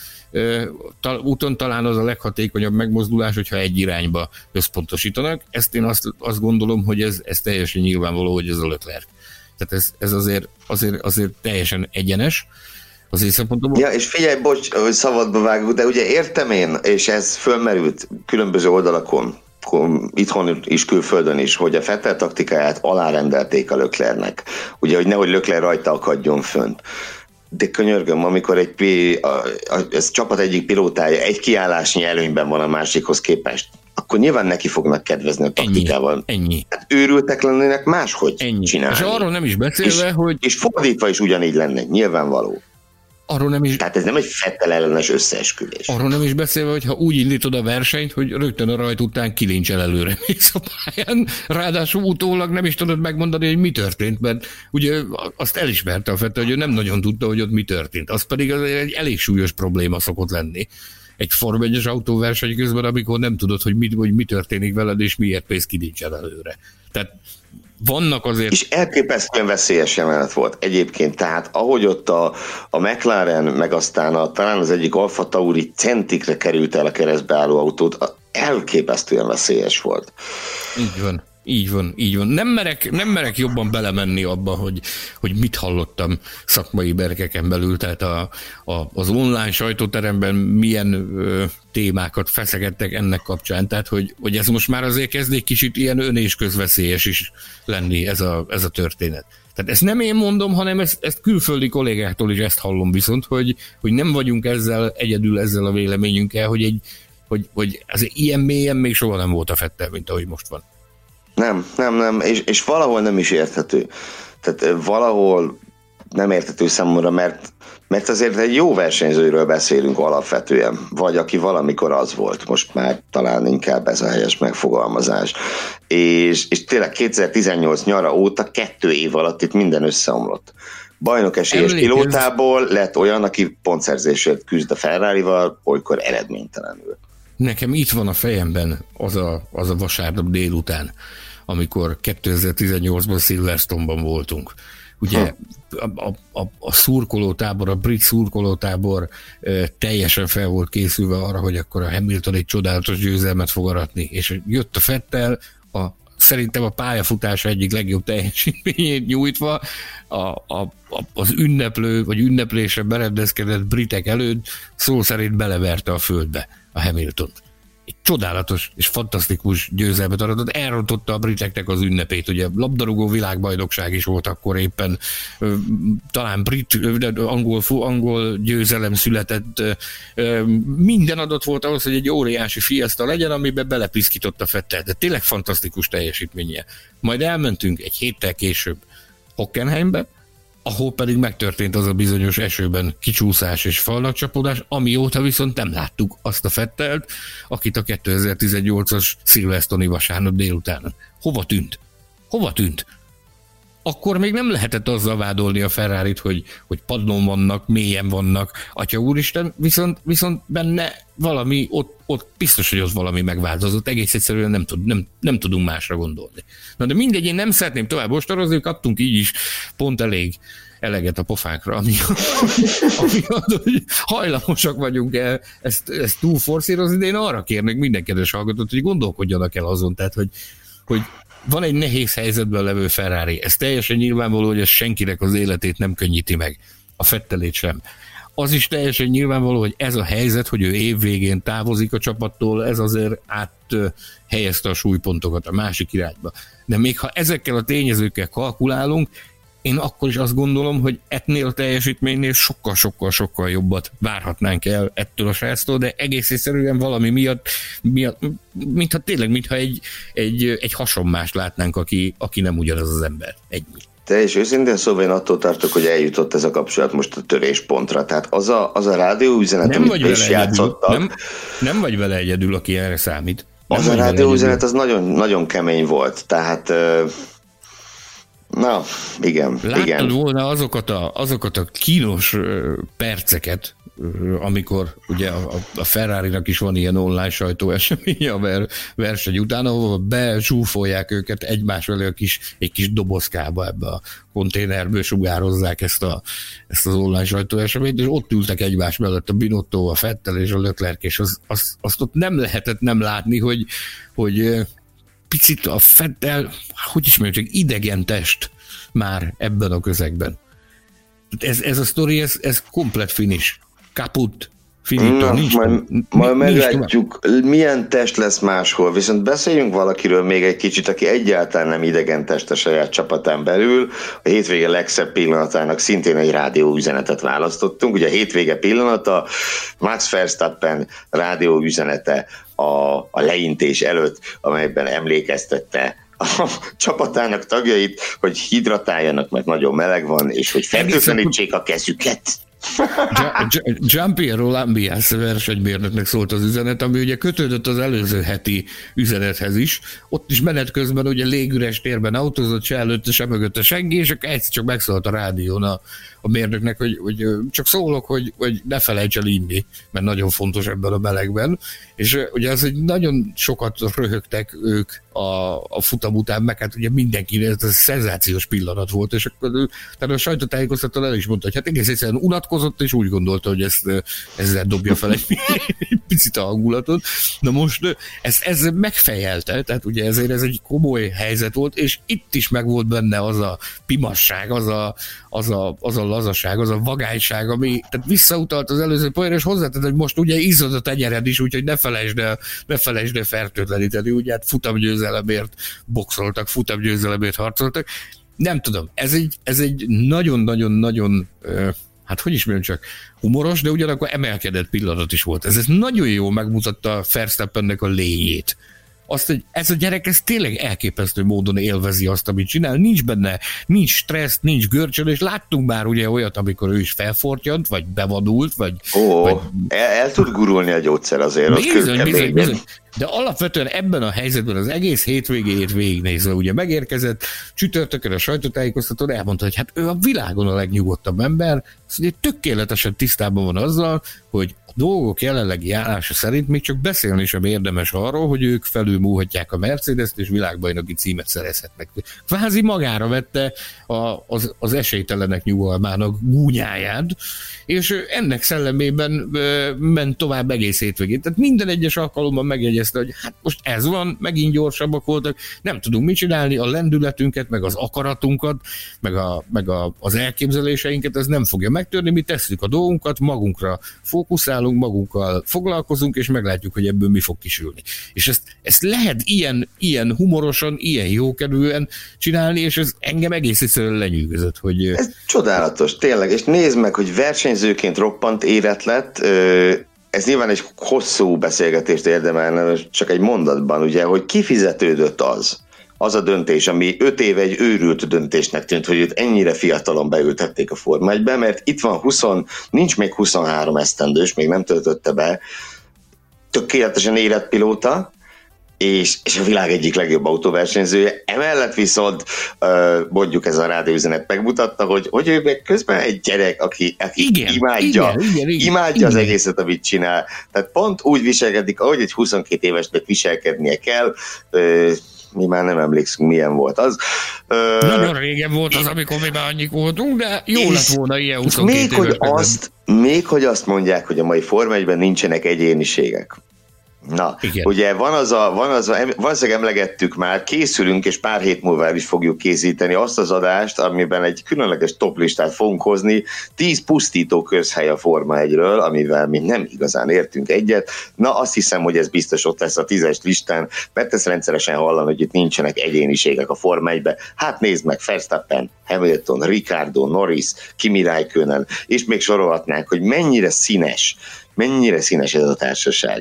úton talán az a leghatékonyabb megmozdulás, hogyha egy irányba összpontosítanak. Ezt én azt, azt gondolom, hogy ez, ez teljesen nyilvánvaló, hogy ez a Leclerc. Tehát ez, ez azért, azért, azért teljesen egyenes. Az én szempontomból. Ja, és figyelj, bocs, hogy szabadba vágok, de ugye értem én, és ez fölmerült különböző oldalakon, itthon is, külföldön is, hogy a Vettel taktikáját alárendelték a Leclercnek. Ugye, hogy nehogy Leclerc rajta akadjon fönt. De könyörgöm, amikor egy a, a, ez csapat egyik pilótája egy kiállásnyi előnyben van a másikhoz képest, akkor nyilván neki fognak kedvezni a taktikával. Ennyi. ennyi. Hát őrültek lennének máshogy ennyi. csinálni. És arról nem is beszélve, és, hogy... És fordítva is ugyanígy lenne, nyilvánvaló. Arról nem is, Tehát ez nem egy Vettel ellenes összeesküvés. Arról nem is beszélve, hogy ha úgy indítod a versenyt, hogy rögtön a rajt után kilincsel előre mész a pályán, ráadásul utólag nem is tudod megmondani, hogy mi történt, mert ugye azt elismerte a Vettel, hogy ő nem nagyon tudta, hogy ott mi történt. Az pedig egy elég súlyos probléma szokott lenni egy Forma egyes autóverseny közben, amikor nem tudod, hogy mi, hogy mi történik veled, és miért mész kilincsel előre. Tehát vannak azért... És elképesztően veszélyes jelenet volt egyébként, tehát ahogy ott a, a McLaren, meg aztán a, talán az egyik Alfa Tauri centikre került el a keresztbeálló autót, elképesztően veszélyes volt. Így van. Így van, így van. Nem merek, nem merek jobban belemenni abba, hogy, hogy mit hallottam szakmai berkeken belül, tehát a, a, az online sajtóteremben milyen ö, témákat feszegettek ennek kapcsán, tehát hogy, hogy ez most már azért kezd egy kicsit ilyen ön- és közveszélyes is lenni ez a, ez a történet. Tehát ezt nem én mondom, hanem ezt, ezt külföldi kollégáktól is ezt hallom viszont, hogy, hogy nem vagyunk ezzel egyedül ezzel a véleményünkkel, hogy, egy, hogy, hogy azért ilyen mélyen még soha nem volt a Vettel, mint ahogy most van. Nem, nem, nem, és, és valahol nem is érthető. Tehát valahol nem érthető számomra, mert, mert azért egy jó versenyzőről beszélünk alapvetően, vagy aki valamikor az volt, most már talán inkább ez a helyes megfogalmazás. És, és tényleg kétezer-tizennyolc nyara óta kettő év alatt itt minden összeomlott. Bajnok esélyes pilótából lett olyan, aki pontszerzésért küzd a Ferrarival, olykor eredménytelenül. Nekem itt van a fejemben az a, az a vasárnap délután, amikor kétezer-tizennyolcban Silverstone-ban voltunk. Ugye a, a, a, a szurkolótábor, a brit szurkolótábor e, teljesen fel volt készülve arra, hogy akkor a Hamilton egy csodálatos győzelmet fog aratni, és jött a Vettel, a, szerintem a pályafutása egyik legjobb teljesítményét nyújtva, a, a, a, az ünneplő, vagy ünneplésre berendezkedett britek előtt szó szerint beleverte a földbe a Hamiltont. Egy csodálatos és fantasztikus győzelmet aratott, elrontotta a briteknek az ünnepét, ugye labdarúgó világbajnokság is volt akkor éppen, talán brit, angol, angol győzelem született, minden adott volt ahhoz, hogy egy óriási fiesta legyen, amiben belepiszkított a Vettel, de tényleg fantasztikus teljesítménye. Majd elmentünk egy héttel később Hockenheimbe, ahol pedig megtörtént az a bizonyos esőben kicsúszás és falnak csapódás, amióta viszont nem láttuk azt a Vettelt, akit a kétezer-tizennyolcas Silverstone-i vasárnap délután. Hova tűnt? Hova tűnt? Akkor még nem lehetett azzal vádolni a Ferrarit, hogy, hogy padlón vannak, mélyen vannak, atya úristen, viszont, viszont benne valami, ott, ott biztos, hogy ott valami megváltozott, egész egyszerűen nem, tud, nem, nem tudunk másra gondolni. Na de mindegy, én nem szeretném tovább ostorozni, kaptunk így is pont elég eleget a pofánkra, ami, ami az, hogy hajlamosak vagyunk el ezt, ezt túl forszírozni, de én arra kérnék minden kedves hallgatót, hogy gondolkodjanak el azon, tehát, hogy, hogy van egy nehéz helyzetben levő Ferrari. Ez teljesen nyilvánvaló, hogy ez senkinek az életét nem könnyíti meg. A Vettelét sem. Az is teljesen nyilvánvaló, hogy ez a helyzet, hogy ő évvégén távozik a csapattól, ez azért áthelyezte a súlypontokat a másik irányba. De még ha ezekkel a tényezőkkel kalkulálunk, én akkor is azt gondolom, hogy ettől a teljesítménynél sokkal-sokkal-sokkal jobbat várhatnánk el ettől a sráctól, de egész egyszerűen valami miatt, miatt mintha tényleg, mintha egy, egy, egy hasonmást látnánk, aki, aki nem ugyanaz az ember. Ennyi. Te és őszintén szóval én attól tartok, hogy eljutott ez a kapcsolat most a töréspontra. Tehát az a, az a rádióüzenet, nem amit is játszottak. Nem, nem vagy vele egyedül, aki erre számít. Nem az a rádióüzenet az nagyon, nagyon kemény volt. Tehát... Na, igen, Láttad igen. volna azokat a, azokat a kínos perceket, amikor ugye a, a Ferrarinak is van ilyen online sajtóeseménye a ver, verseny után, ahol bezsúfolják őket egymás velé a kis, egy kis dobozkába, ebbe a konténerből sugározzák ezt, a, ezt az online sajtóeseményt, és ott ültek egymás mellett a Binotto, a Vettel és a Leclerc, és az, az, azt ott nem lehetett nem látni, hogy, hogy picit a Vettel, hogy is mondjuk, idegen test már ebben a közegben. Ez, ez a sztori, ez, ez komplet finish. Kaput, finito, Na, nincs. Majd, nincs, majd nincs meglátjuk, tovább. Milyen test lesz máshol. Viszont beszéljünk valakiről még egy kicsit, aki egyáltalán nem idegen test a saját csapatán belül. A hétvége legszebb pillanatának szintén egy rádióüzenetet választottunk. Ugye a hétvége pillanata, Max Verstappen rádióüzenete a, a leintés előtt, amelyben emlékeztette a csapatának tagjait, hogy hidratáljanak, mert nagyon meleg van, és hogy fertőtlenítsék a kezüket. Giampiero Lambiase versenymérnöknek szólt az üzenet, ami ugye kötődött az előző heti üzenethez is. Ott is menet közben ugye légüres térben autózott, se előtte, se mögötte senki, és akkor egyszer csak megszólt a rádión a, a mérnöknek, hogy, hogy csak szólok, hogy, hogy ne felejts el inni, mert nagyon fontos ebben a melegben. És ugye az, hogy nagyon sokat röhögtek ők a, a futam után, meg hát ugye mindenki, ez a szenzációs pillanat volt, és akkor tehát a sajtótájékoztatón el is mondta, hogy hát egész egyszerűen unatkozott, és úgy gondolta, hogy ezt, ezzel dobja fel egy, egy picit a hangulatot. Na most ez, ez megfejelte, tehát ugye ezért ez egy komoly helyzet volt, és itt is meg volt benne az a pimasság, az a, az a, az a lazaság, az a vagályság, ami tehát visszautalt az előző poénra, és hozzátett, hogy most ugye izzad a tenyered is, úgyhogy ne felejtsd el, ne felejtsd el fertőtleníteni, ugye hát futamgyőzelemért boxoltak, futamgyőzelemért harcoltak. Nem tudom, ez egy, ez egy nagyon-nagyon-nagyon, hát hogy is mondjam csak, humoros, de ugyanakkor emelkedett pillanat is volt. Ez, ez nagyon jól megmutatta Verstappennek a lényét. Azt, hogy ez a gyerek, ez tényleg elképesztő módon élvezi azt, amit csinál. Nincs benne, nincs stressz, nincs görcsölés. Láttunk már ugye olyat, amikor ő is felfortyant, vagy bevadult, vagy... Ó, vagy... El, el tud gurulni a gyógyszer azért. Bizony, bizony, bizony. De alapvetően ebben a helyzetben az egész hétvégéjét végignézve ugye megérkezett, csütörtökön a sajtótájékoztatón elmondta, hogy hát ő a világon a legnyugodtabb ember, szóval tökéletesen tisztában van azzal, hogy a dolgok jelenlegi állása szerint még csak beszélni sem érdemes arról, hogy ők felülmúlhatják a Mercedes-t és világbajnoki címet szerezhetnek. Kvázi magára vette a, az, az esélytelenek nyugalmának gúnyáját, és ennek szellemében ö, ment tovább egész hétvégén. Tehát minden egyes alkalommal megjegyezte, hogy hát most ez van, megint gyorsabbak voltak, nem tudunk mit csinálni, a lendületünket, meg az akaratunkat, meg, a, meg a, az elképzeléseinket, ez nem fogja megtörni, mi tesszük a dolgunkat, magunkra fókuszálunk, magunkkal foglalkozunk, és meglátjuk, hogy ebből mi fog kisülni. És ezt, ezt lehet ilyen, ilyen humorosan, ilyen jókedvűen csinálni, és ez engem egész egyszerűen lenyűgözött, hogy... Ez csodálatos, tényleg, és nézd meg, hogy versenyzőként roppant érett lett, ez nyilván egy hosszú beszélgetést érdemelne, csak egy mondatban, ugye, hogy kifizetődött az, az a döntés, ami öt éve egy őrült döntésnek tűnt, hogy őt ennyire fiatalon beültették a Forma egybe, mert itt van húsz, nincs még huszonhárom esztendős, még nem töltötte be, tökéletesen érett pilóta, és, és a világ egyik legjobb autóversenyzője. Emellett viszont mondjuk ez a rádióüzenet megmutatta, hogy, hogy ő meg közben egy gyerek, aki, aki igen, imádja, igen, igen, igen, imádja igen. az egészet, amit csinál. Tehát pont úgy viselkedik, ahogy egy huszonkét évesnek viselkednie kell. Mi már nem emlékszünk, milyen volt az. Nagyon régen volt az, amikor mi már annyik voltunk, de jó lett volna ilyen huszonkét még, hogy azt, még hogy azt mondják, hogy a mai Forma egyben nincsenek egyéniségek. Na, igen. Ugye van az a, van az a, valószínűleg emlegettük már, készülünk, és pár hét múlva el is fogjuk készíteni azt az adást, amiben egy különleges toplistát fogunk hozni, tíz pusztító közhely a Forma egyről, amivel mi nem igazán értünk egyet. Na, azt hiszem, hogy ez biztos ott lesz a tízes listán, mert ezt rendszeresen hallani, hogy itt nincsenek egyéniségek a Forma egybe. Hát nézd meg, Verstappen, Hamilton, Ricciardo, Norris, Kimi Räikkönen, és még sorolhatnánk, hogy mennyire színes, mennyire színes ez a társaság.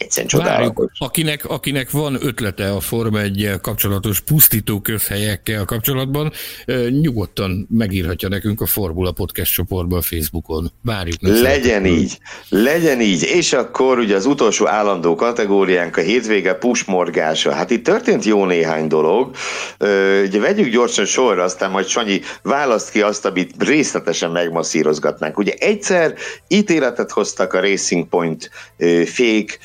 Várjuk, akinek, akinek van ötlete a Forma egyel kapcsolatos pusztító közhelyekkel kapcsolatban, nyugodtan megírhatja nekünk a Formula Podcast csoportban a Facebookon. Várjuk. Legyen így, legyen így. És akkor ugye az utolsó állandó kategóriánk a hétvége pusmorgása. Hát itt történt jó néhány dolog. Ugye vegyük gyorsan sorra, aztán majd Sanyi választ ki azt, amit részletesen megmasszírozgatnánk. Ugye egyszer ítéletet hoztak a Racing Point fék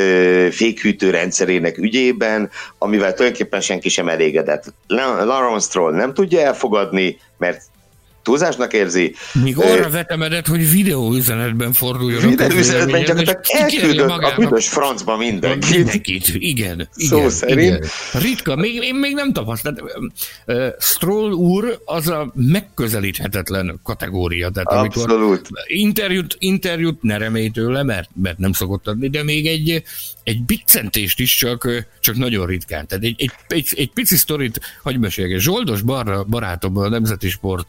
fékhűtő rendszerének ügyében, amivel tulajdonképpen senki sem elégedett. Lawrence Stroll nem tudja elfogadni, mert túlzásnak érzi. Míg arra vetemedett, hogy videóüzenetben forduljon. Videóüzenetben gyakorlatilag elküldött a büdös francba mindenkit. Mindenkit, igen. Szó igen, szerint. Igen. Ritka, még, én még nem tapasztaltam. Uh, Stroll úr az a megközelíthetetlen kategória. Tehát abszolút. Interjút, interjút ne remélj tőle, mert, mert nem szokott adni, de még egy, egy biccentést is csak, csak nagyon ritkán. Tehát egy, egy, egy, egy pici sztorit, hagyj mesélj, Zsoldos Barra, barátom, a Nemzeti Sport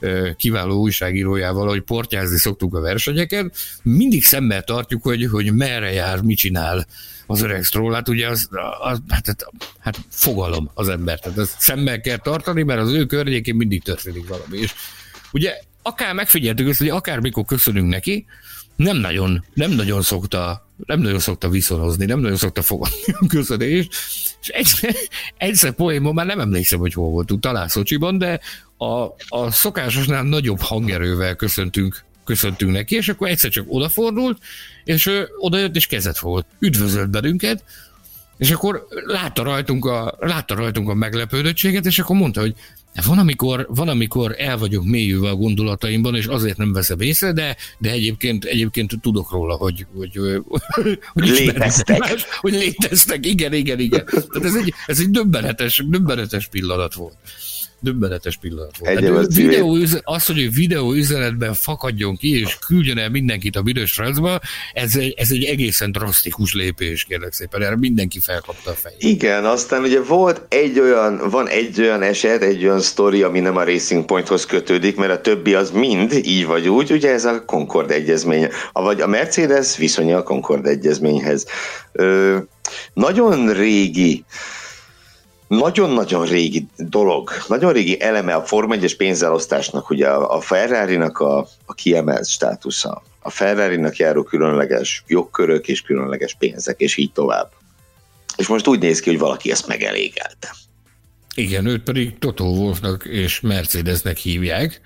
kiváló újságírójával, hogy portyázni szoktuk a versenyeken, mindig szemmel tartjuk, hogy, hogy merre jár, mit csinál az öreg Stroll. Hát ugye az, az hát, hát fogalom az ember, tehát ezt szemmel kell tartani, mert az ő környékén mindig történik valami. És ugye akár megfigyeltük ezt, hogy akármikor köszönünk neki, nem nagyon, nem nagyon szokta, nem nagyon szokta viszonozni, nem nagyon szokta fogadni a köszönést, és egyszer, egyszer poénban már nem emlékszem, hogy hol voltunk, talán Szocsiban, de a, a szokásosnál nagyobb hangerővel köszöntünk, köszöntünk neki, és akkor egyszer csak odafordult, és ő odajött, és kezet fogott. Üdvözölt bennünket, és akkor látta rajtunk a, látta rajtunk a meglepődöttséget, és akkor mondta, hogy van amikor, van, amikor el vagyok mélyülve a gondolataimban, és azért nem veszem észre, de, de egyébként, egyébként tudok róla, hogy, hogy, hogy léteztek. Más, hogy léteztek. Igen, igen, igen. Tehát ez egy, ez egy döbbenetes, döbbenetes pillanat volt. Döbbenetes pillanat volt. Hát videó, az, hogy egy videó üzenetben fakadjon ki, és küldjön el mindenkit a büdös francba, ez egy, ez egy egészen drasztikus lépés, kérlek szépen. Erre mindenki felkapta a fejét. Igen, aztán ugye volt egy olyan, van egy olyan eset, egy olyan sztori, ami nem a Racing Pointhoz kötődik, mert a többi az mind így vagy úgy, ugye ez a Concord egyezmény, vagy a Mercedes viszonya a Concord egyezményhez. Ö, nagyon régi Nagyon-nagyon régi dolog, nagyon régi eleme a Forma egyes pénzelosztásnak, ugye a Ferrari-nak a, a kiemelt státusza, a Ferrari-nak járó különleges jogkörök és különleges pénzek, és így tovább. És most úgy néz ki, hogy valaki ezt megelégelte. Igen, őt pedig Toto Wolffnak és Mercedesnek hívják.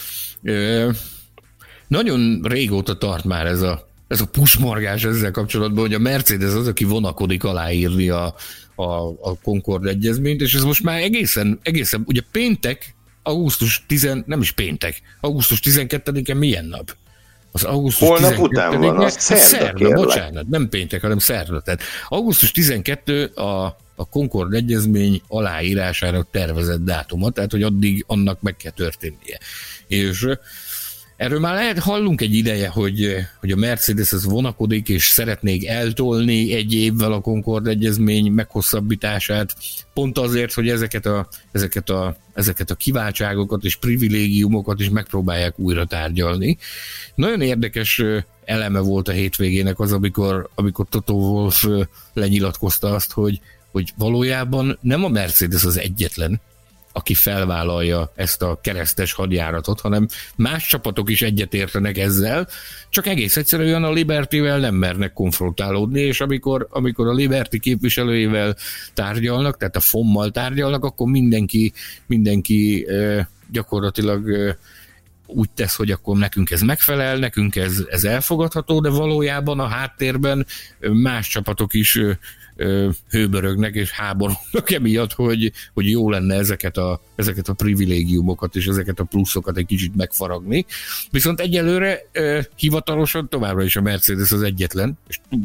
Ö, nagyon régóta tart már ez a, ez a pusmorgás ezzel kapcsolatban, hogy a Mercedes az, aki vonakodik aláírni a A, a Concord egyezményt, és ez most már egészen, egészen ugye péntek, augusztus tíz, nem is péntek, augusztus tizenkettedike milyen nap? Az augusztus holnap után van, az szerda, szerda bocsánat, nem péntek, hanem szerda. Tehát augusztus tizenkettedike a, a Concord egyezmény aláírására tervezett dátuma, tehát hogy addig annak meg kell történnie. És erről már lehet, hallunk egy ideje, hogy, hogy a Mercedes ez vonakodik, és szeretnék eltolni egy évvel a Concord egyezmény meghosszabbítását, pont azért, hogy ezeket a, ezeket a, ezeket a kiváltságokat és privilégiumokat is megpróbálják újra tárgyalni. Nagyon érdekes eleme volt a hétvégének az, amikor, amikor Toto Wolff lenyilatkozta azt, hogy, hogy valójában nem a Mercedes az egyetlen, aki felvállalja ezt a keresztes hadjáratot, hanem más csapatok is egyetértenek ezzel, csak egész egyszerűen a Libertyvel nem mernek konfrontálódni, és amikor, amikor a Liberty képviselőivel tárgyalnak, tehát a F O M-mal tárgyalnak, akkor mindenki, mindenki eh, gyakorlatilag eh, úgy tesz, hogy akkor nekünk ez megfelel, nekünk ez, ez elfogadható, de valójában a háttérben más csapatok is hőbörögnek és háborognak emiatt, hogy, hogy jó lenne ezeket a, ezeket a privilégiumokat és ezeket a pluszokat egy kicsit megfaragni. Viszont egyelőre hivatalosan továbbra is a Mercedes az egyetlen.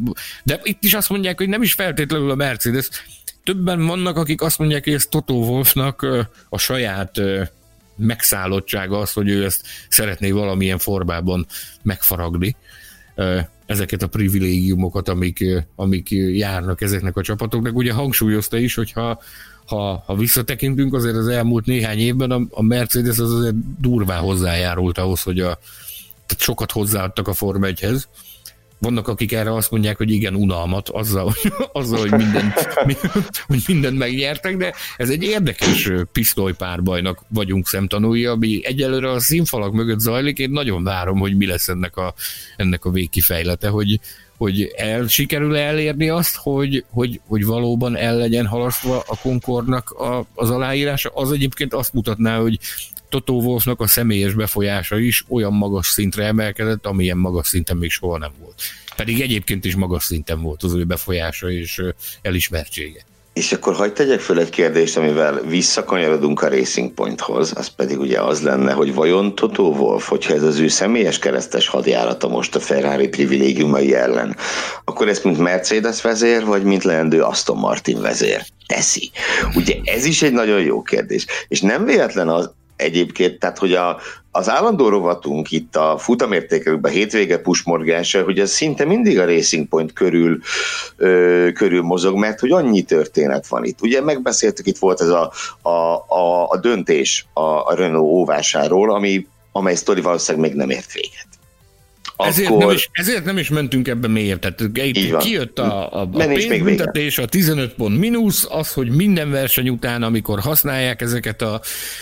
De itt is azt mondják, hogy nem is feltétlenül a Mercedes. Többen vannak, akik azt mondják, hogy ez Toto Wolffnak a saját megszállottsága az, hogy ő ezt szeretné valamilyen formában megfaragni, ezeket a privilégiumokat, amik, amik járnak ezeknek a csapatoknak. Ugye hangsúlyozta is, hogy ha, ha, ha visszatekintünk, azért az elmúlt néhány évben a, a Mercedes az azért durván hozzájárult ahhoz, hogy a, tehát sokat hozzáadtak a Forma egyhez. Vannak, akik erre azt mondják, hogy igen, unalmat azzal, azzal hogy, mindent, hogy mindent megnyertek, de ez egy érdekes pisztolypárbajnak vagyunk szemtanúi, ami egyelőre a színfalak mögött zajlik. Én nagyon várom, hogy mi lesz ennek a, ennek a végkifejlete, hogy, hogy el, sikerül elérni azt, hogy, hogy, hogy valóban el legyen halasztva a Concordnak a, az aláírása. Az egyébként azt mutatná, hogy Toto Wolffnak a személyes befolyása is olyan magas szintre emelkedett, amilyen magas szinten még soha nem volt. Pedig egyébként is magas szinten volt az ő befolyása és elismertsége. És akkor hadd tegyek föl egy kérdést, amivel visszakanyarodunk a Racing Pointhoz, az pedig ugye az lenne, hogy vajon Toto Wolff, hogyha ez az ő személyes keresztes hadjárata most a Ferrari privilégiumai ellen, akkor ezt mint Mercedes vezér, vagy mint leendő Aston Martin vezér teszi? Ugye ez is egy nagyon jó kérdés. És nem véletlen az egyébként, tehát hogy a, az állandó rovatunk itt a futamértékelőkben hétvége pusmorgása, hogy ez szinte mindig a Racing Point körül, ö, körül mozog, mert hogy annyi történet van itt. Ugye megbeszéltük, itt volt ez a, a, a, a döntés a, a Renault óvásáról, ami, amely sztori valószínűleg még nem ért véget. Ezért, akkor... nem is, ezért nem is mentünk ebbe mélyebb. Tehát kijött a, a, a pénzbüntetés, a tizenöt pont mínusz, az, hogy minden verseny után, amikor használják ezeket a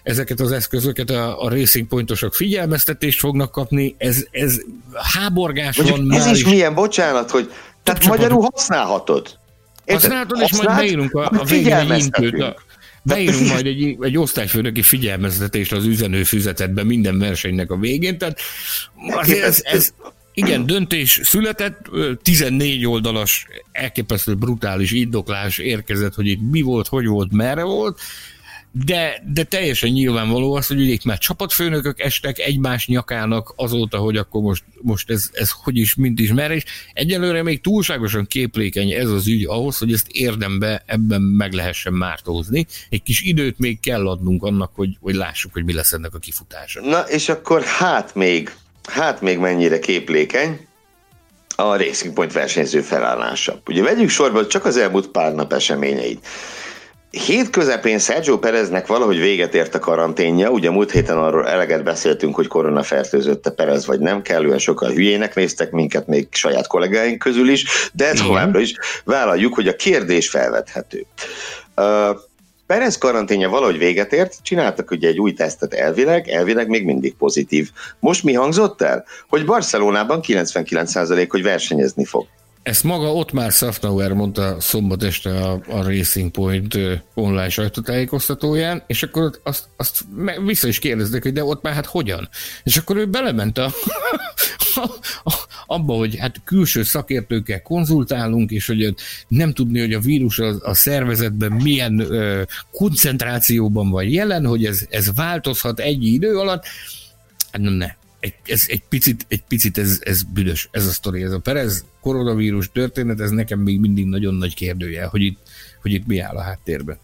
ezeket az eszközöket a, a Racing Pointosok figyelmeztetést fognak kapni, ez, ez háborgás mondjuk van ez már is, is. milyen, bocsánat, hogy tehát Több magyarul csapat. használhatod. Használhatod, és majd beírunk a, a végén egy intőt. A, beírunk majd egy, egy osztályfőnöki figyelmeztetést az üzenőfüzetetbe minden versenynek a végén, tehát azért ez, ez igen, döntés született, tizennégy oldalas, elképesztő brutális indoklás érkezett, hogy itt mi volt, hogy volt, merre volt, de, de teljesen nyilvánvaló az, hogy itt már csapatfőnökök estek egymás nyakának azóta, hogy akkor most, most ez, ez hogy is, mint is, merre is. Egyelőre még túlságosan képlékeny ez az ügy ahhoz, hogy ezt érdembe ebben meg lehessen mártózni. Egy kis időt még kell adnunk annak, hogy, hogy lássuk, hogy mi lesz ennek a kifutása. Na, és akkor hát még Hát még mennyire képlékeny a Racing Point versenyző felállása. Ugye vegyük sorba csak az elmúlt pár nap eseményeit. Hét közepén Sergio Pereznek valahogy véget ért a karanténja, ugye múlt héten arról eleget beszéltünk, hogy koronafertőzötte Perez vagy nem, kellően sokan hülyének néztek minket, még saját kollégáink közül is, de továbbra is vállaljuk, hogy a kérdés felvethető. Uh, Perez karanténja valahogy véget ért, csináltak ugye egy új tesztet elvileg, elvileg még mindig pozitív. Most mi hangzott el? Hogy Barcelonában kilencvenkilenc százalék, hogy versenyezni fog. Ezt maga Ottmar Szafnauer mondta szombat este a, a Racing Point online sajtótájékoztatóján, és akkor azt, azt vissza is kérdezték, hogy de ott már hát hogyan? És akkor ő belement a, a, a, abba, hogy hát külső szakértőkkel konzultálunk, és hogy nem tudni, hogy a vírus a, a szervezetben milyen ö, koncentrációban van jelen, hogy ez, ez változhat egy idő alatt. Hát nem, ne. Egy, ez egy picit, egy picit ez, ez büdös, ez a sztori, ez a Perez koronavírus történet, ez nekem még mindig nagyon nagy kérdőjel, hogy itt, hogy itt mi áll a háttérben.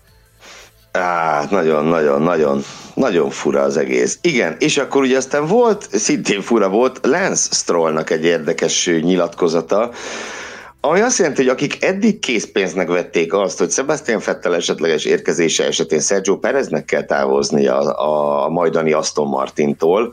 Á, nagyon, nagyon, nagyon, nagyon fura az egész. Igen, és akkor ugye aztán volt, szintén fura volt, Lance Strollnak egy érdekes nyilatkozata, ami azt jelenti, hogy akik eddig készpénznek vették azt, hogy Sebastian Vettel esetleges érkezése esetén Sergio Pereznek kell távoznia a, a majdani Aston Martintól,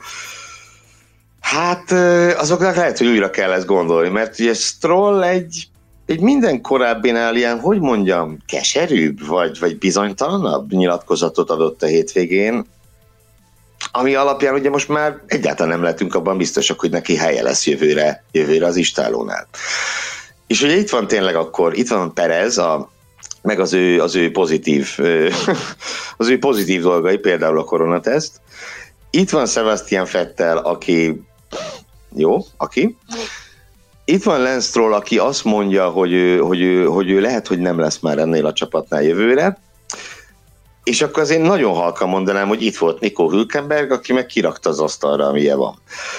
hát azoknak lehet, hogy újra kell ezt gondolni, mert ugye Stroll egy, egy minden korábbinál ilyen, hogy mondjam, keserűbb, vagy, vagy bizonytalanabb nyilatkozatot adott a hétvégén, ami alapján ugye most már egyáltalán nem lehetünk abban biztosak, hogy neki helye lesz jövőre, jövőre az istálónál. És ugye itt van tényleg akkor, itt van Perez, a, meg az ő, az ő pozitív az ő pozitív dolgai, például a koronateszt. Itt van Sebastian Vettel, aki jó, aki. Itt van Lance Stroll, aki azt mondja, hogy ő, hogy, ő, hogy ő lehet, hogy nem lesz már ennél a csapatnál jövőre. És akkor azért nagyon halkan mondanám, hogy itt volt Nico Hülkenberg, aki meg kirakta az asztalra, amilyen van.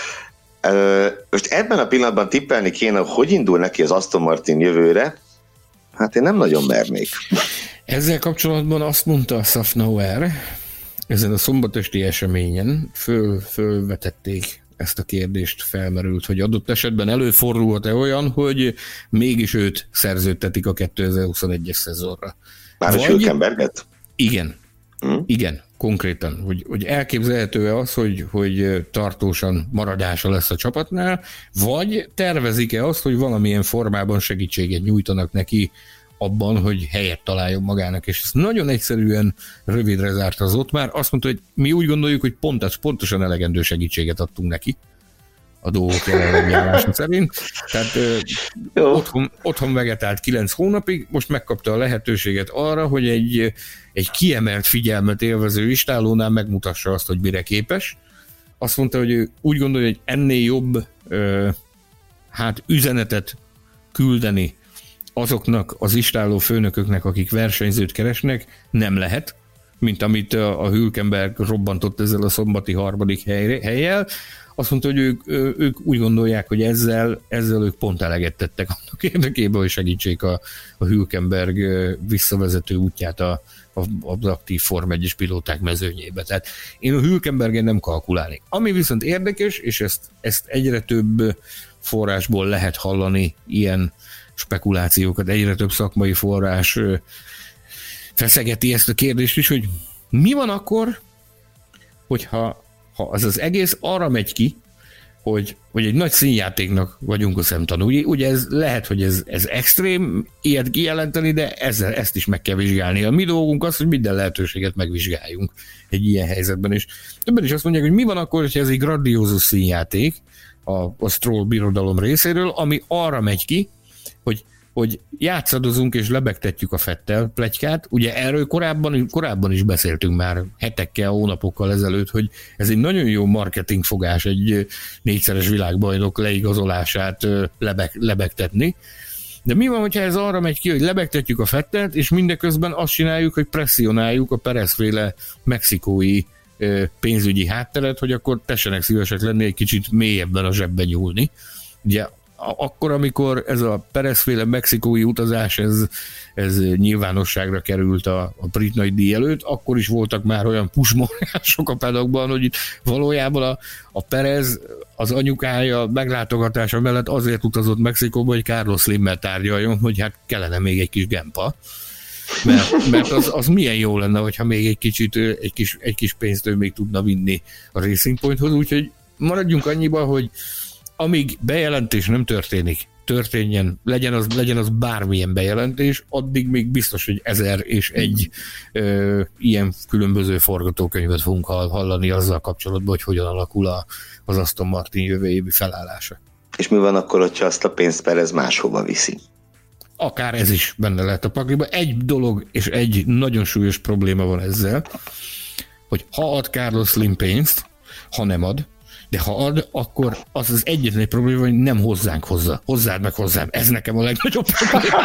Most ebben a pillanatban tippelni kéne, hogy indul neki az Aston Martin jövőre, hát én nem nagyon mernék. Ezzel kapcsolatban azt mondta a Szafnauer, ezen a szombatesti eseményen föl, fölvetették ezt a kérdést, felmerült, hogy adott esetben előfordulhat-e olyan, hogy mégis őt szerződtetik a kétezer-huszonegyes szezonra. Már a Hülkenberget? Igen. Hmm? Igen, konkrétan. Hogy, hogy elképzelhető-e az, hogy, hogy tartósan maradása lesz a csapatnál, vagy tervezik-e azt, hogy valamilyen formában segítséget nyújtanak neki abban, hogy helyet találjon magának, és ezt nagyon egyszerűen rövidre zárt az ott már. Azt mondta, hogy mi úgy gondoljuk, hogy pont, pontosan elegendő segítséget adtunk neki a dolgok jelenlegi állása szerint. Tehát ö, otthon, otthon vegetált kilenc hónapig, most megkapta a lehetőséget arra, hogy egy, egy kiemelt figyelmet élvező istálónál megmutassa azt, hogy mire képes. Azt mondta, hogy ő úgy gondolja, hogy ennél jobb ö, hát üzenetet küldeni azoknak az istáló főnököknek, akik versenyzőt keresnek, nem lehet, mint amit a Hülkenberg robbantott ezzel a szombati harmadik helyjel. Azt mondta, hogy ők, ők úgy gondolják, hogy ezzel, ezzel ők pont eleget tettek annak érdekében, hogy segítsék a, a Hülkenberg visszavezető útját a, a, az aktív Form egyes pilóták mezőnyébe. Tehát én a Hülkenbergen nem kalkulálnék. Ami viszont érdekes, és ezt, ezt egyre több forrásból lehet hallani, ilyen spekulációkat, egyre több szakmai forrás feszegeti ezt a kérdést is, hogy mi van akkor, hogyha ha az az egész arra megy ki, hogy, hogy egy nagy színjátéknak vagyunk a szemtanúi. Ugye ez lehet, hogy ez, ez extrém, ilyet kijelenteni, de ezzel, ezt is meg kell vizsgálni. A mi dolgunk az, hogy minden lehetőséget megvizsgáljunk egy ilyen helyzetben. És többen is azt mondják, hogy mi van akkor, hogyha ez egy grandiózus színjáték a, a Stroll birodalom részéről, ami arra megy ki, hogy hogy játszadozunk és lebegtetjük a Vettel pletykát. Ugye erről korábban, korábban is beszéltünk már hetekkel, hónapokkal ezelőtt, hogy ez egy nagyon jó marketingfogás, egy négyszeres világbajnok leigazolását lebeg, lebegtetni. De mi van, hogyha ez arra megy ki, hogy lebegtetjük a Vettelt, és mindeközben azt csináljuk, hogy presszionáljuk a Perez-féle mexikói pénzügyi hátteret, hogy akkor tessenek szívesek lenni egy kicsit mélyebben a zsebbe nyúlni. Ugye akkor, amikor ez a Perez-féle mexikói utazás, ez, ez nyilvánosságra került a, a brit nagydíj előtt, akkor is voltak már olyan pusmorgások a paddockban, hogy itt valójában a, a Perez, az anyukája meglátogatása mellett azért utazott Mexikóba, hogy Carlos Slimmel tárgyaljon, hogy hát kellene még egy kis gempa. Mert, mert az, az milyen jó lenne, hogyha még egy kicsit, egy kis, egy kis pénzt ő még tudna vinni a Racing Pointhoz, úgyhogy maradjunk annyiba, hogy amíg bejelentés nem történik, történjen, legyen az, legyen az bármilyen bejelentés, addig még biztos, hogy ezer és egy ö, ilyen különböző forgatókönyvet fogunk hallani azzal kapcsolatban, hogy hogyan alakul a, az Aston Martin jövő évi felállása. És mi van akkor, hogyha azt a pénzt Perez máshova viszi? Akár ez is benne lehet a pakliba. Egy dolog és egy nagyon súlyos probléma van ezzel, hogy ha ad Carlos Slim pénzt, ha nem ad, de ha ad, akkor az az egyetlen egy probléma, hogy nem hozzánk hozzá. Hozzád meg hozzám. Ez nekem a legnagyobb probléma.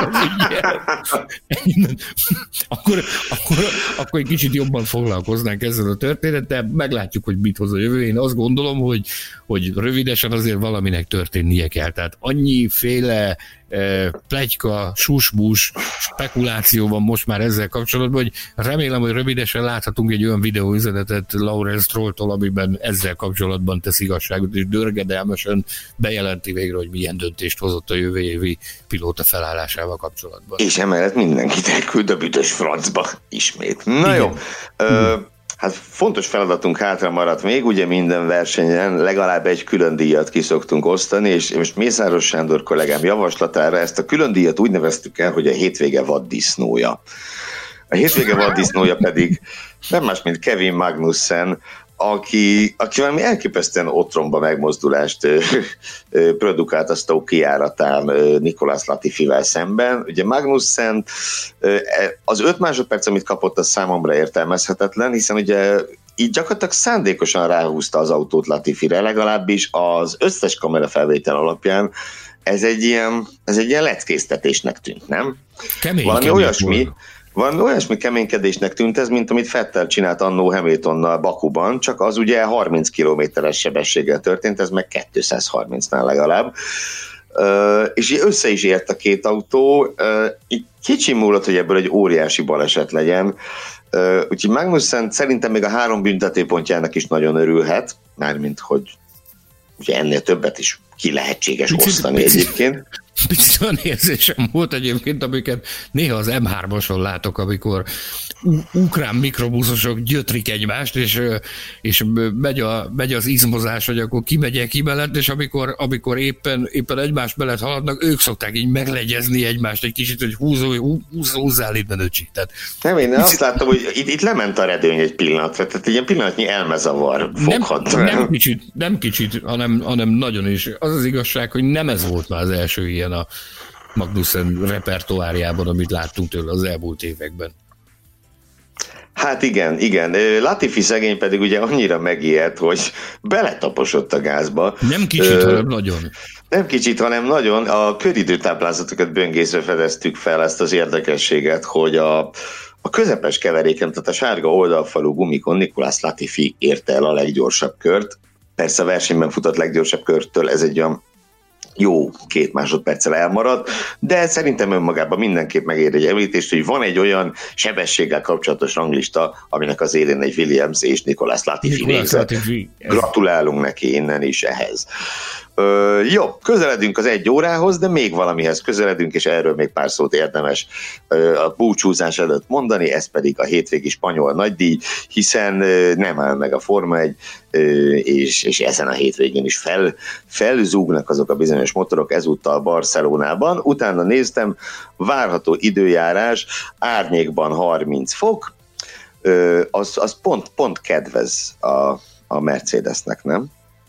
akkor, akkor, akkor egy kicsit jobban foglalkoznánk ezzel a történettel, meglátjuk, hogy mit hoz a jövő. Én azt gondolom, hogy, hogy rövidesen azért valaminek történnie kell. Tehát annyiféle pletyka, susbus, spekuláció van most már ezzel kapcsolatban, hogy remélem, hogy rövidesen láthatunk egy olyan videóüzenetet Lawrence Strolltól, amiben ezzel kapcsolatban tesz igazságot, és dörgedelmesen bejelenti végre, hogy milyen döntést hozott a jövő évi pilóta felállásával kapcsolatban. És emellett mindenkit elküld a büdös francba ismét. Na igen. Jó. Ö, Hát fontos feladatunk hátra maradt még, ugye minden versenyen legalább egy külön díjat ki szoktunk osztani, és most Mészáros Sándor kollégám javaslatára ezt a külön díjat úgy neveztük el, hogy a hétvége vaddisznója. A hétvége vaddisznója pedig nem más, mint Kevin Magnussen, aki, aki valami elképesztően otromba megmozdulást ö, ö, produkált a Stoke kijáratán Nicolas Latifivel szemben. Ugye Magnussen ö, az öt másodperc, amit kapott, az számomra értelmezhetetlen, hiszen ugye így gyakorlatilag szándékosan ráhúzta az autót Latifire, legalábbis az összes kamerafelvétel alapján ez egy ilyen, ez egy ilyen leckéztetésnek tűnt, nem? Kemény, valami kemény olyasmi, volt. Valami olyasmi keménykedésnek tűnt ez, mint amit Vettel csinált annó Hamiltonnal Bakuban, csak az ugye harminc kilométeres sebességgel történt, ez meg kétszázharmincnál legalább. Uh, és össze is ért a két autó, uh, így kicsi múlott, hogy ebből egy óriási baleset legyen. Uh, úgyhogy Magnussen szerintem még a három büntetőpontjának is nagyon örülhet, mármint hogy ugye ennél többet is ki lehetséges picit, osztani picit, egyébként. Picit olyan érzésem volt egyébként, amiket néha az em hármason látok, amikor ukrán mikrobuszosok gyötrik egymást, és, és megy, a, megy az izmozás, hogy akkor kimegyek ki mellett, és amikor, amikor éppen, éppen egymás mellett haladnak, ők szokták így meglegyezni egymást egy kicsit, hogy húzó, húzó, húzzál itt menőcsik. Nem, én picit... azt láttam, hogy itt, itt lement a redőny egy pillanatra, tehát egy ilyen pillanatnyi elmezavar foghat. Nem, nem kicsit, nem kicsit hanem, hanem nagyon is. Az az igazság, hogy nem ez volt már az első ilyen a Magnussen repertoárjában, amit láttunk tőle az elmúlt években. Hát igen, igen. Latifi szegény pedig ugye annyira megijedt, hogy beletaposott a gázba. Nem kicsit, Ö, hanem nagyon. Nem kicsit, hanem nagyon. A köridőtáblázatokat böngészve fedeztük fel ezt az érdekességet, hogy a, a közepes keveréken, tehát a sárga oldalfalú gumikon Nicolas Latifi érte el a leggyorsabb kört. Persze a versenyben futott leggyorsabb körtől ez egy olyan jó két másodperccel elmarad, de szerintem önmagában mindenképp megér egy említést, hogy van egy olyan sebességgel kapcsolatos ranglista, aminek az élén egy Williams és Nicolas Latifi végzett. Gratulálunk neki innen is ehhez. Ö, jó, közeledünk az egy órához, de még valamihez közeledünk, és erről még pár szót érdemes ö, a búcsúzás előtt mondani, ez pedig a hétvégi spanyol nagydíj, hiszen ö, nem áll meg a Forma egy, ö, és, és ezen a hétvégén is fel, felzúgnak azok a bizonyos motorok, ezúttal Barcelonában. Utána néztem, várható időjárás, árnyékban harminc fok, ö, az, az pont, pont kedvez a, a Mercedesnek, nem?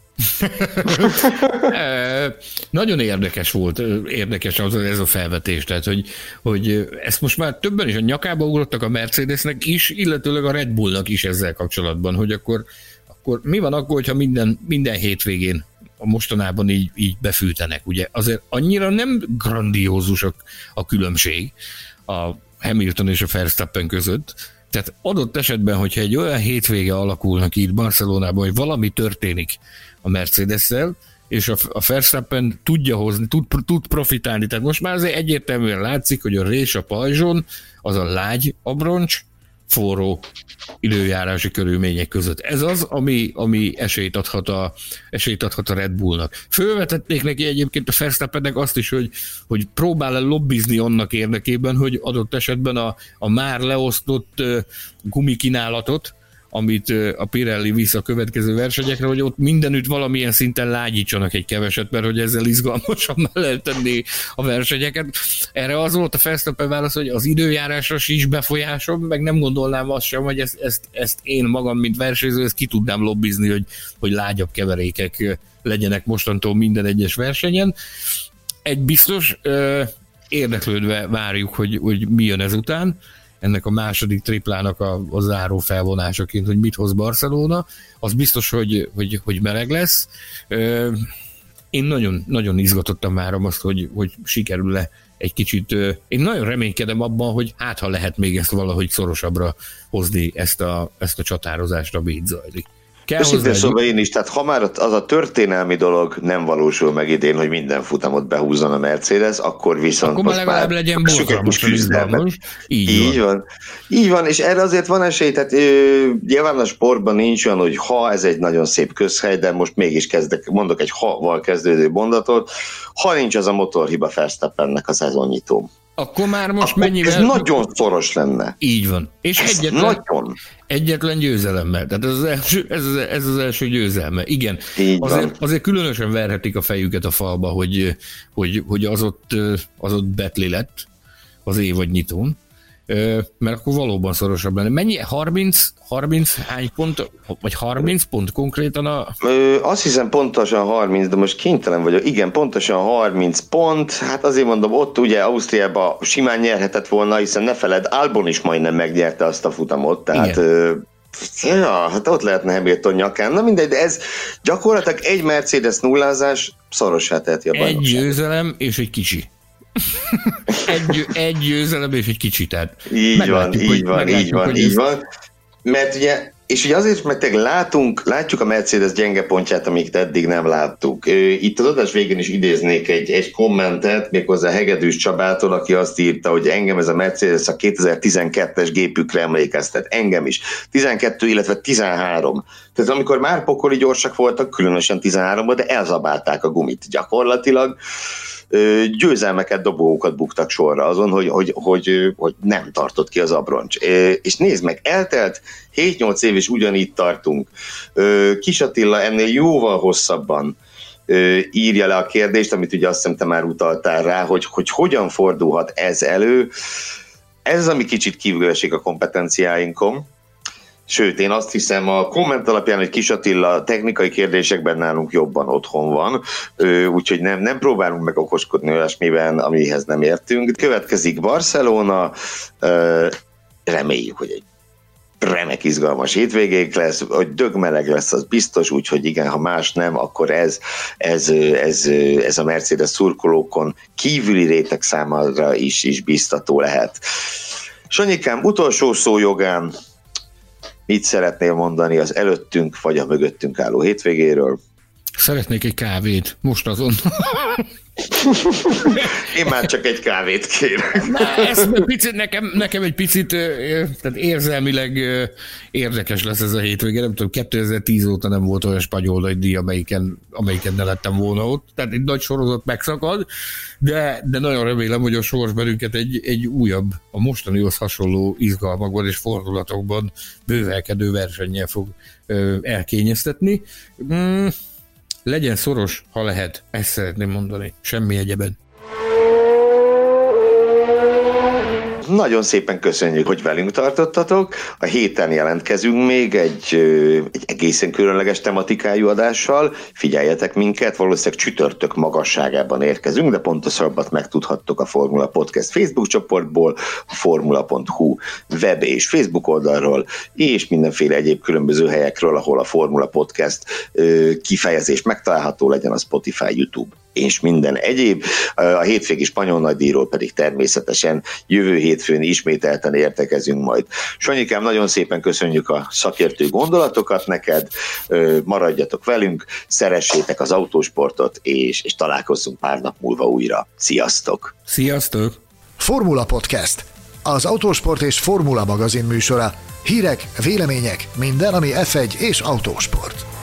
e, nagyon érdekes volt, érdekes az, ez a felvetés, tehát, hogy, hogy ezt most már többen is a nyakába ugrottak a Mercedesnek is, illetőleg a Red Bullnak is ezzel kapcsolatban, hogy akkor, akkor mi van akkor, hogyha minden, minden hétvégén a mostanában így, így befűtenek, ugye? Azért annyira nem grandiózus a, a különbség a Hamilton és a Verstappen között, tehát adott esetben, hogyha egy olyan hétvége alakulnak itt Barcelonában, hogy valami történik a Mercedes-szel, és a, a Verstappen tudja hozni, tud, tud profitálni. Tehát most már azért egyértelműen látszik, hogy a rés a pajzson, az a lágy abroncs, forró időjárási körülmények között. Ez az, ami, ami esélyt, adhat a, esélyt adhat a Red Bullnak. Fölvetették neki egyébként a Verstappennek azt is, hogy, hogy próbál-e lobbizni annak érdekében, hogy adott esetben a, a már leosztott uh, gumikínálatot, amit a Pirelli visz a következő versenyekre, hogy ott mindenütt valamilyen szinten lágyítsanak egy keveset, mert hogy ezzel izgalmasabbá lehet tenni a versenyeket. Erre az volt a Verstappen válasz, hogy az időjárásra sincs befolyásom, meg nem gondolnám azt sem, hogy ezt, ezt, ezt én magam, mint versenyző, ezt ki tudnám lobbizni, hogy, hogy lágyabb keverékek legyenek mostantól minden egyes versenyen. Egy biztos, érdeklődve várjuk, hogy, hogy mi jön ezután, ennek a második triplának a, a záró felvonásaként, hogy mit hoz Barcelona, az biztos, hogy, hogy, hogy meleg lesz. Én nagyon, nagyon izgatottan várom azt, hogy, hogy sikerül-e egy kicsit, én nagyon reménykedem abban, hogy hát ha lehet még ezt valahogy szorosabbra hozni ezt a, ezt a csatározást, ami itt zajlik. És szóval én is, tehát ha már az a történelmi dolog nem valósul meg idén, hogy minden futamot behúzzon a Mercedes, akkor viszont akkor most legalább már legyen borzalmasan izgalmas. Így, így van. van. Így van, és erre azért van esély, tehát ö, nyilván a sportban nincs olyan, hogy ha ez egy nagyon szép közhely, de most mégis kezdek, mondok egy ha-val kezdődő mondatot, ha nincs az a motorhiba Verstappennek a szezonnyitó. Akkor már most akkor mennyivel... Ez nagyon szoros lenne. Így van. És ez egyetlen, nagyon. egyetlen győzelemmel. Tehát ez az első, ez az, ez az első győzelme. Igen. Azért, azért különösen verhetik a fejüket a falba, hogy, hogy, hogy az, ott, az ott betli lett az évadnyitón. Mert akkor valóban szorosabb lenne. Mennyi? harminc, harminc hány pont? Vagy harminc pont konkrétan a... Ö, azt hiszem pontosan harminc, de most kénytelen vagyok. Igen, pontosan harminc pont. Hát azért mondom, ott ugye Ausztriában simán nyerhetett volna, hiszen ne feled, Albon is majdnem megnyerte azt a futamot. Tehát... Ö, ja, hát ott lehetne Hamilton nyakán. Na mindegy, de ez gyakorlatilag egy Mercedes nullázás szorossá teheti a bajnokságot. Egy győzelem és egy kicsi. egy, egy győzelem és egy kicsit, tehát így van, így van, így van, így van. Mert ugye, és ugye azért, mert tényleg látunk, látjuk a Mercedes gyenge pontját, amiket eddig nem láttuk. Itt az adás végén is idéznék egy, egy kommentet, méghozzá Hegedűs Csabától, aki azt írta, hogy engem ez a Mercedes a kétezer-tizenkettes gépükre emlékeztet. Engem is. tizenkettő, illetve tizenhárom. Tehát amikor már pokoli gyorsak voltak, különösen tizenháromban, de elzabálták a gumit gyakorlatilag. Győzelmeket, dobókat buktak sorra azon, hogy, hogy, hogy, hogy nem tartott ki az abroncs. És nézd meg, eltelt hét-nyolc év, és ugyanígy tartunk. Kis Attila ennél jóval hosszabban írja le a kérdést, amit ugye azt hiszem te már utaltál rá, hogy, hogy hogyan fordulhat ez elő. Ez, ami kicsit kívül esik a kompetenciáinkon. Sőt, én azt hiszem a komment alapján, hogy Kis Attila technikai kérdésekben nálunk jobban otthon van, úgyhogy nem, nem próbálunk meg okoskodni olyasmiben, amihez nem értünk. Következik Barcelona, reméljük, hogy egy remek izgalmas hétvégék lesz, hogy dögmeleg lesz, az biztos, úgyhogy igen, ha más nem, akkor ez, ez, ez, ez a Mercedes szurkolókon kívüli réteg számára is, is biztató lehet. Sanyikám, utolsó szó jogán, mit szeretnél mondani az előttünk vagy a mögöttünk álló hétvégéről? Szeretnék egy kávét, most azon. Én már csak egy kávét kérek. Na, ez picit, nekem, nekem egy picit tehát érzelmileg érdekes lesz ez a hétvége. Nem tudom, kétezer-tíz óta nem volt olyan spanyol díj, amelyiken, amelyiken ne lettem volna ott. Tehát egy nagy sorozat megszakad, de, de nagyon remélem, hogy a sors belünket egy, egy újabb, a mostanihoz hasonló izgalmakban és fordulatokban bővelkedő versennyel fog elkényeztetni. Mm. Legyen szoros, ha lehet. Ezt szeretném mondani. Semmi egyeben. Nagyon szépen köszönjük, hogy velünk tartottatok. A héten jelentkezünk még egy, egy egészen különleges tematikájú adással. Figyeljetek minket, valószínűleg csütörtök magasságában érkezünk, de pontosabbat megtudhattok a Formula Podcast Facebook csoportból, a formula pont hu web és Facebook oldalról, és mindenféle egyéb különböző helyekről, ahol a Formula Podcast kifejezés megtalálható, legyen a Spotify, YouTube és minden egyéb. A hétvégi spanyol nagydíjról pedig természetesen jövő hétfőn ismételten értekezünk majd. Sanyikám, nagyon szépen köszönjük a szakértő gondolatokat neked, maradjatok velünk, szeressétek az autósportot, és, és találkozzunk pár nap múlva újra. Sziasztok! Sziasztok! Formula Podcast, az autósport és formula magazin műsora. Hírek, vélemények, minden, ami ef egy és autósport.